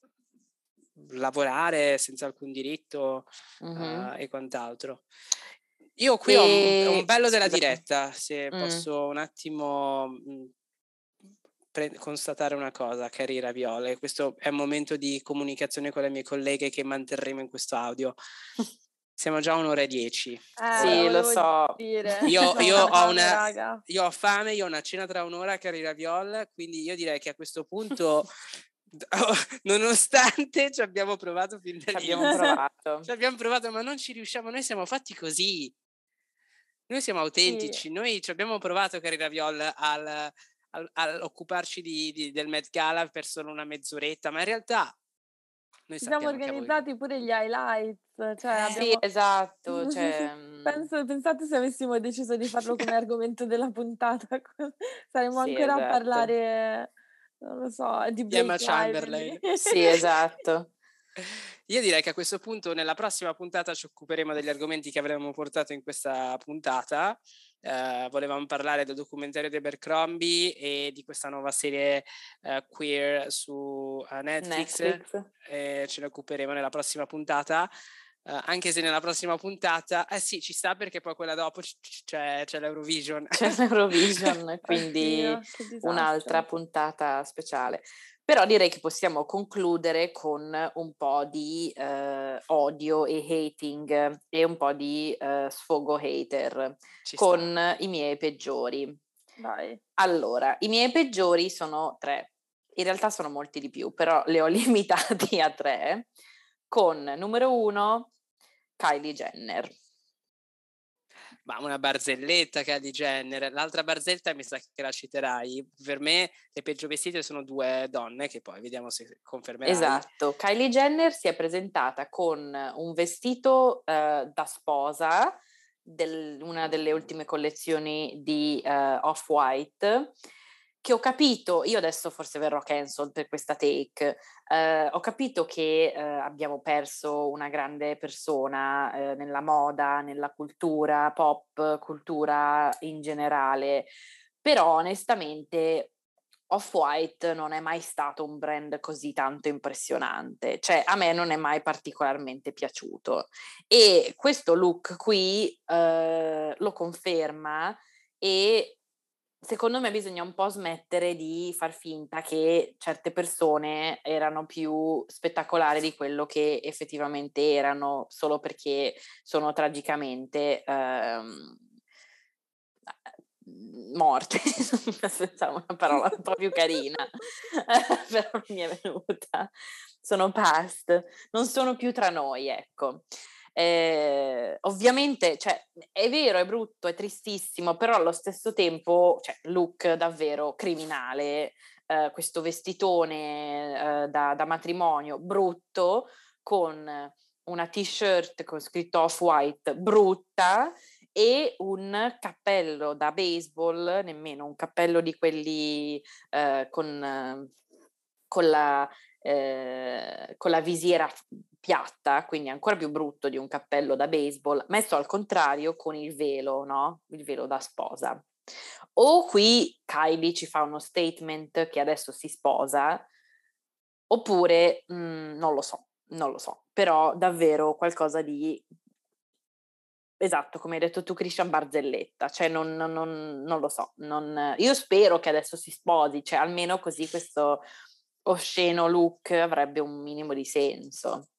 lavorare senza alcun diritto Mhm. uh, e quant'altro. Io qui ho un, E... un bello della scusami. diretta, se Mm. posso un attimo mh, pre- constatare una cosa, cari Raviole. Questo è un momento di comunicazione con le mie colleghe che manterremo in questo audio. Siamo già a un'ora e dieci. Eh, Sì, lo so. Dire. Io, Ho io, una ho fame, una, raga. io ho fame, io ho una cena tra un'ora, cari Raviol, quindi io direi che a questo punto, nonostante ci abbiamo provato fin Ci dall'inizio, abbiamo provato. ci abbiamo provato, ma non ci riusciamo, noi siamo fatti così. Noi siamo autentici, Sì. noi ci abbiamo provato, cari Raviol, al, al, al occuparci di, di, del Met Gala per solo una mezz'oretta, ma in realtà noi Ci siamo sappiamo che a voi... organizzati pure gli highlights, cioè Eh, abbiamo... Sì, esatto. Cioè, Penso, pensate se avessimo deciso di farlo come argomento della puntata, saremmo sì, ancora esatto. a parlare, non lo so, di di Emma Blake Chamberlain. Lively. Sì, esatto. Io direi che a questo punto nella prossima puntata ci occuperemo degli argomenti che avremmo portato in questa puntata. Uh, volevamo parlare del documentario di Abercrombie e di questa nuova serie uh, queer su uh, Netflix. Netflix. E ce ne occuperemo nella prossima puntata. Uh, anche se nella prossima puntata, eh sì, ci sta perché poi quella dopo c- c- c'è, c'è l'Eurovision. C'è l'Eurovision, quindi Oddio, che disastro. un'altra puntata speciale. Però direi che possiamo concludere con un po' di eh, odio e hating e un po' di eh, sfogo hater Ci con sta. i miei peggiori. Vai. Allora, i miei peggiori sono tre. In realtà sono molti di più, però li ho limitati a tre. Con numero uno, Kylie Jenner. Ma una barzelletta Kylie Jenner, l'altra barzelletta mi sa che la citerai. Per me le peggio vestite sono due donne che poi vediamo se confermerai. Esatto, Kylie Jenner si è presentata con un vestito uh, da sposa, del, una delle ultime collezioni di uh, Off-White, che ho capito, io adesso forse verrò cancelled per questa take, uh, ho capito che uh, abbiamo perso una grande persona uh, nella moda, nella cultura pop, cultura in generale, però onestamente Off-White non è mai stato un brand così tanto impressionante, cioè a me non è mai particolarmente piaciuto e questo look qui uh, lo conferma e secondo me bisogna un po' smettere di far finta che certe persone erano più spettacolari di quello che effettivamente erano solo perché sono tragicamente ehm, morte. Pensavo una parola un po' più carina, però non mi è venuta. sono past, non sono più tra noi, ecco. Eh, ovviamente, cioè, è vero, è brutto, è tristissimo, però allo stesso tempo, cioè, look davvero criminale, eh, questo vestitone eh, da, da matrimonio brutto, con una t-shirt con scritto off-white brutta e un cappello da baseball, nemmeno un cappello di quelli eh, con, eh, con la eh, con la visiera piatta, quindi ancora più brutto di un cappello da baseball, messo al contrario con il velo, no? Il velo da sposa. O qui Kylie ci fa uno statement che adesso si sposa, oppure mh, non lo so, non lo so, però davvero qualcosa di... Esatto, come hai detto tu, Christian Barzelletta, cioè non, non, non, non lo so, non, io spero che adesso si sposi, cioè almeno così questo osceno look avrebbe un minimo di senso.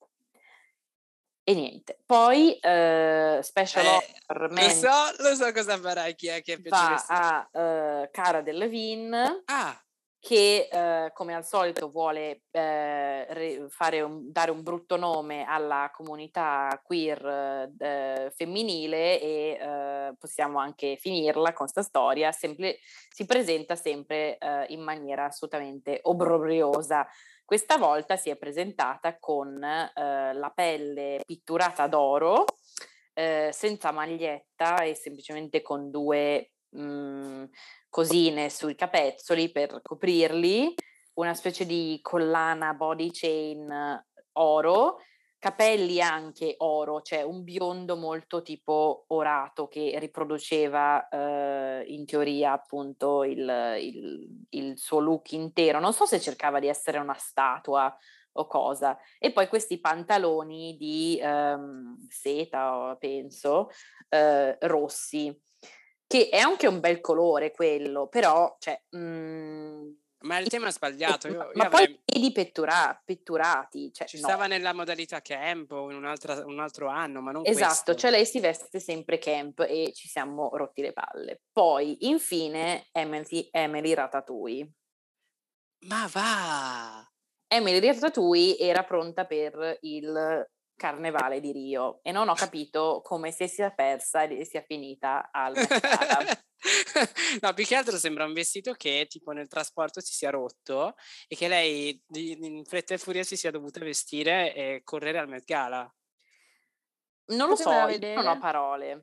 E niente, poi eh, special Eh, offer lo men- so, lo so cosa farai, chi è che è peggio va vestito. a eh, Cara Delevingne, Ah, che eh, come al solito vuole eh, re- fare un, dare un brutto nome alla comunità queer eh, femminile e eh, possiamo anche finirla con sta storia, sempre, si presenta sempre eh, in maniera assolutamente obbrobriosa. Questa volta si è presentata con eh, la pelle pitturata d'oro, eh, senza maglietta e semplicemente con due mh, cosine sui capezzoli per coprirli, una specie di collana body chain oro, capelli anche oro, cioè un biondo molto tipo orato che riproduceva eh, in teoria appunto il, il, il suo look intero. Non so se cercava di essere una statua o cosa. E poi questi pantaloni di ehm, seta, penso, eh, rossi, che è anche un bel colore quello, però, cioè... Mm, ma il tema è sbagliato. Io, io ma poi avrei... i piedi pettura- petturati, cioè Ci no. stava nella modalità camp o in un'altra, un altro anno, ma non Esatto, questo. cioè lei si veste sempre camp e ci siamo rotti le palle. Poi, infine, Emily, Emily Ratatouille. Ma va! Emily Ratatouille era pronta per il Carnevale di Rio e non ho capito come si sia persa e sia finita al Met Gala. No, più che altro sembra un vestito che tipo nel trasporto si sia rotto e che lei di, in fretta e furia si sia dovuta vestire e correre al Met Gala. Non lo so, Fatemela io non ho vedere. parole.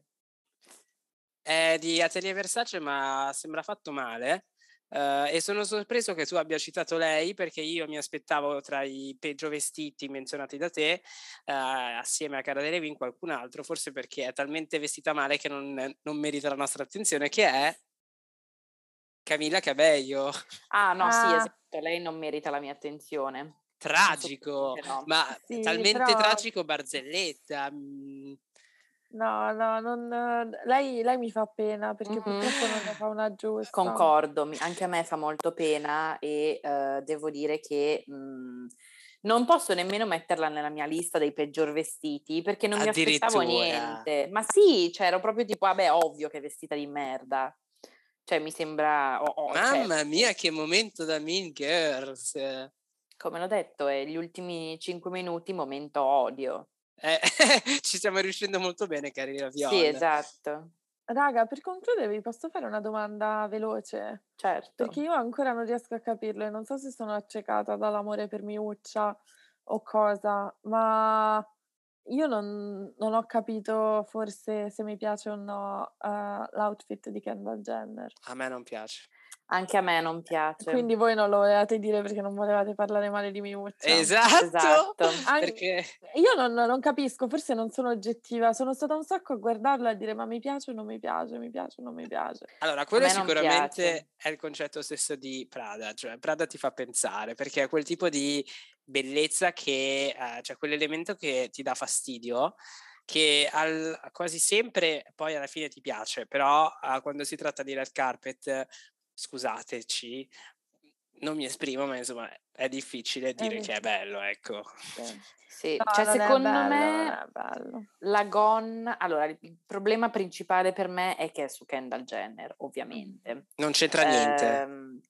È di Atelier Versace, ma sembra fatto male. Uh, e sono sorpreso che tu abbia citato lei, perché io mi aspettavo tra i peggio vestiti menzionati da te, uh, assieme a Cara Delevingne, qualcun altro, forse perché è talmente vestita male che non, non merita la nostra attenzione, che è Camila Cabello. Ah, no, sì, Ah, esatto, lei non merita la mia attenzione. Tragico, Assolutamente no. ma sì, talmente però tragico Barzelletta. Mm. no, no, non, lei, lei mi fa pena perché Mhm. purtroppo non ne fa una giusta. Concordo, mi- anche a me fa molto pena e eh, devo dire che mh, non posso nemmeno metterla nella mia lista dei peggior vestiti perché non mi aspettavo Addirittura. niente. Ma sì, cioè ero proprio tipo, vabbè, ovvio che è vestita di merda. Cioè mi sembra, oh, oh, cioè, Mamma mia, che momento da Mean Girls. come l'ho detto, è gli ultimi cinque minuti momento odio. Eh, ci stiamo riuscendo molto bene, cari Sì, Raviol. esatto, Raga, per concludere vi posso fare una domanda veloce? certo. Perché io ancora non riesco a capirlo e non so se sono accecata dall'amore per Miuccia o cosa, ma io non, non ho capito forse se mi piace o no eh, l'outfit di Kendall Jenner. A me non piace. Anche a me non piace. Quindi voi non lo volevate dire perché non volevate parlare male di Miuccia. Esatto, Esatto. An- perché Io non, non capisco, forse non sono oggettiva, sono stata un sacco a guardarla e a dire ma mi piace o non mi piace, mi piace o non mi piace. allora A quello me non piace. sicuramente è il concetto stesso di Prada, cioè Prada ti fa pensare, perché è quel tipo di bellezza che, eh, cioè quell'elemento che ti dà fastidio, che al, quasi sempre poi alla fine ti piace, però eh, quando si tratta di red carpet, scusateci, non mi esprimo, ma insomma è difficile dire Eh, che è bello, ecco. sì. Sì, No, cioè non è secondo bello, non me è bello. la gonna, allora il problema principale per me è che è su Kendall Jenner, ovviamente. Non c'entra niente. Ehm,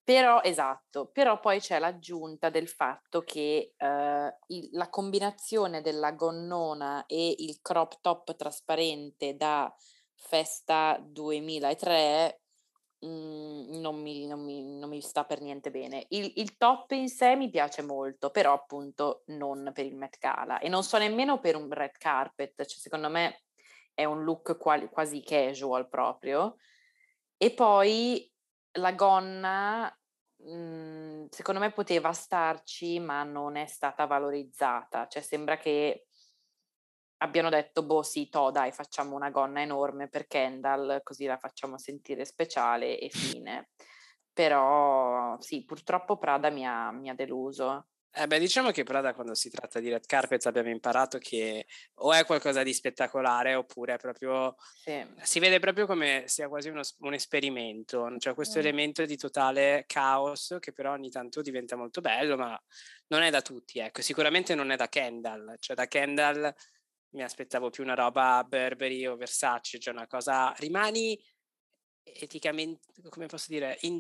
Però, esatto, però poi c'è l'aggiunta del fatto che eh, il- la combinazione della gonnona e il crop top trasparente da festa duemilatré mm, non mi, non mi- non mi sta per niente bene. Il, il top in sé mi piace molto, però appunto non per il Met Gala e non so nemmeno per un red carpet, cioè secondo me è un look quali- quasi casual proprio. E poi la gonna, mh, secondo me poteva starci, ma non è stata valorizzata. Cioè sembra che abbiano detto, boh sì, to, dai, facciamo una gonna enorme per Kendall, così la facciamo sentire speciale e fine. Però sì, purtroppo Prada mi ha, mi ha deluso. Eh beh, diciamo che Prada quando si tratta di red carpet abbiamo imparato che o è qualcosa di spettacolare oppure è proprio Sì. si vede proprio come sia quasi uno, un esperimento, cioè questo Mm. elemento di totale caos che però ogni tanto diventa molto bello, ma non è da tutti, ecco, sicuramente non è da Kendall, cioè da Kendall mi aspettavo più una roba Burberry o Versace, cioè una cosa, rimani eticamente, come posso dire, in...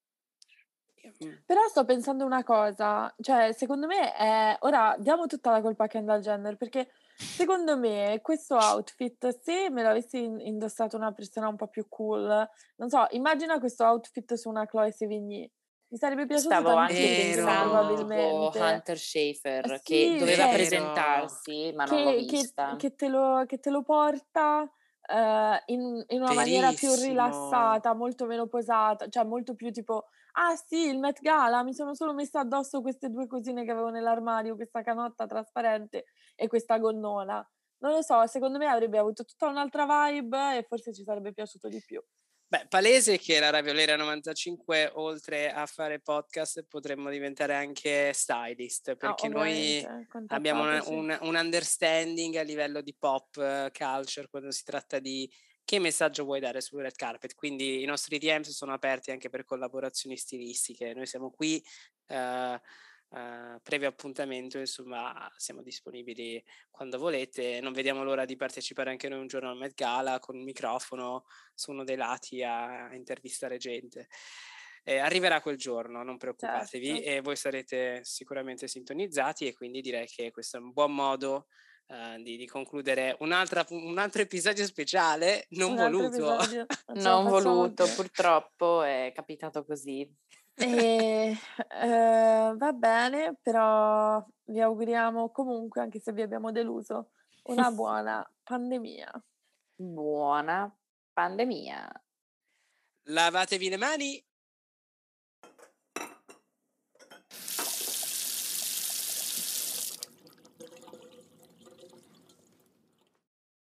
Però sto pensando una cosa, cioè secondo me è... Ora diamo tutta la colpa a Kendall Jenner, perché secondo me questo outfit, se me l'avessi in- indossato una persona un po' più cool, non so, immagina questo outfit su una Chloe Sevigny, mi sarebbe piaciuto Stavo anche tantissimo pensando tipo probabilmente. Hunter Schafer che Sì, doveva cioè, presentarsi, ma non l'ho che, che- vista. che te lo, che te lo porta eh, in, in una maniera più Verissimo. rilassata, molto meno posata, cioè molto più tipo, ah sì, il Met Gala, mi sono solo messa addosso queste due cosine che avevo nell'armadio, questa canotta trasparente e questa gonnona. Non lo so, secondo me avrebbe avuto tutta un'altra vibe e forse ci sarebbe piaciuto di più. Beh, palese che la Raviolera novantacinque, oltre a fare podcast, potremmo diventare anche stylist, perché Ah, noi ovviamente, abbiamo un, contattateci. un, un understanding a livello di pop uh, culture quando si tratta di che messaggio vuoi dare sul red carpet, quindi i nostri D Ms sono aperti anche per collaborazioni stilistiche, noi siamo qui uh, Uh, previo appuntamento, insomma, siamo disponibili quando volete. Non vediamo l'ora di partecipare anche noi un giorno al Met Gala con un microfono su uno dei lati a, a intervistare gente. Eh, arriverà quel giorno, non preoccupatevi, Certo. e voi sarete sicuramente sintonizzati, e quindi direi che questo è un buon modo uh, di, di concludere un'altra, un altro episodio speciale non Un altro voluto. episodio, non ce la Non facciamo voluto, più. purtroppo è capitato così. E, eh, va bene, però vi auguriamo comunque, anche se vi abbiamo deluso, una buona pandemia. Buona pandemia. Lavatevi le mani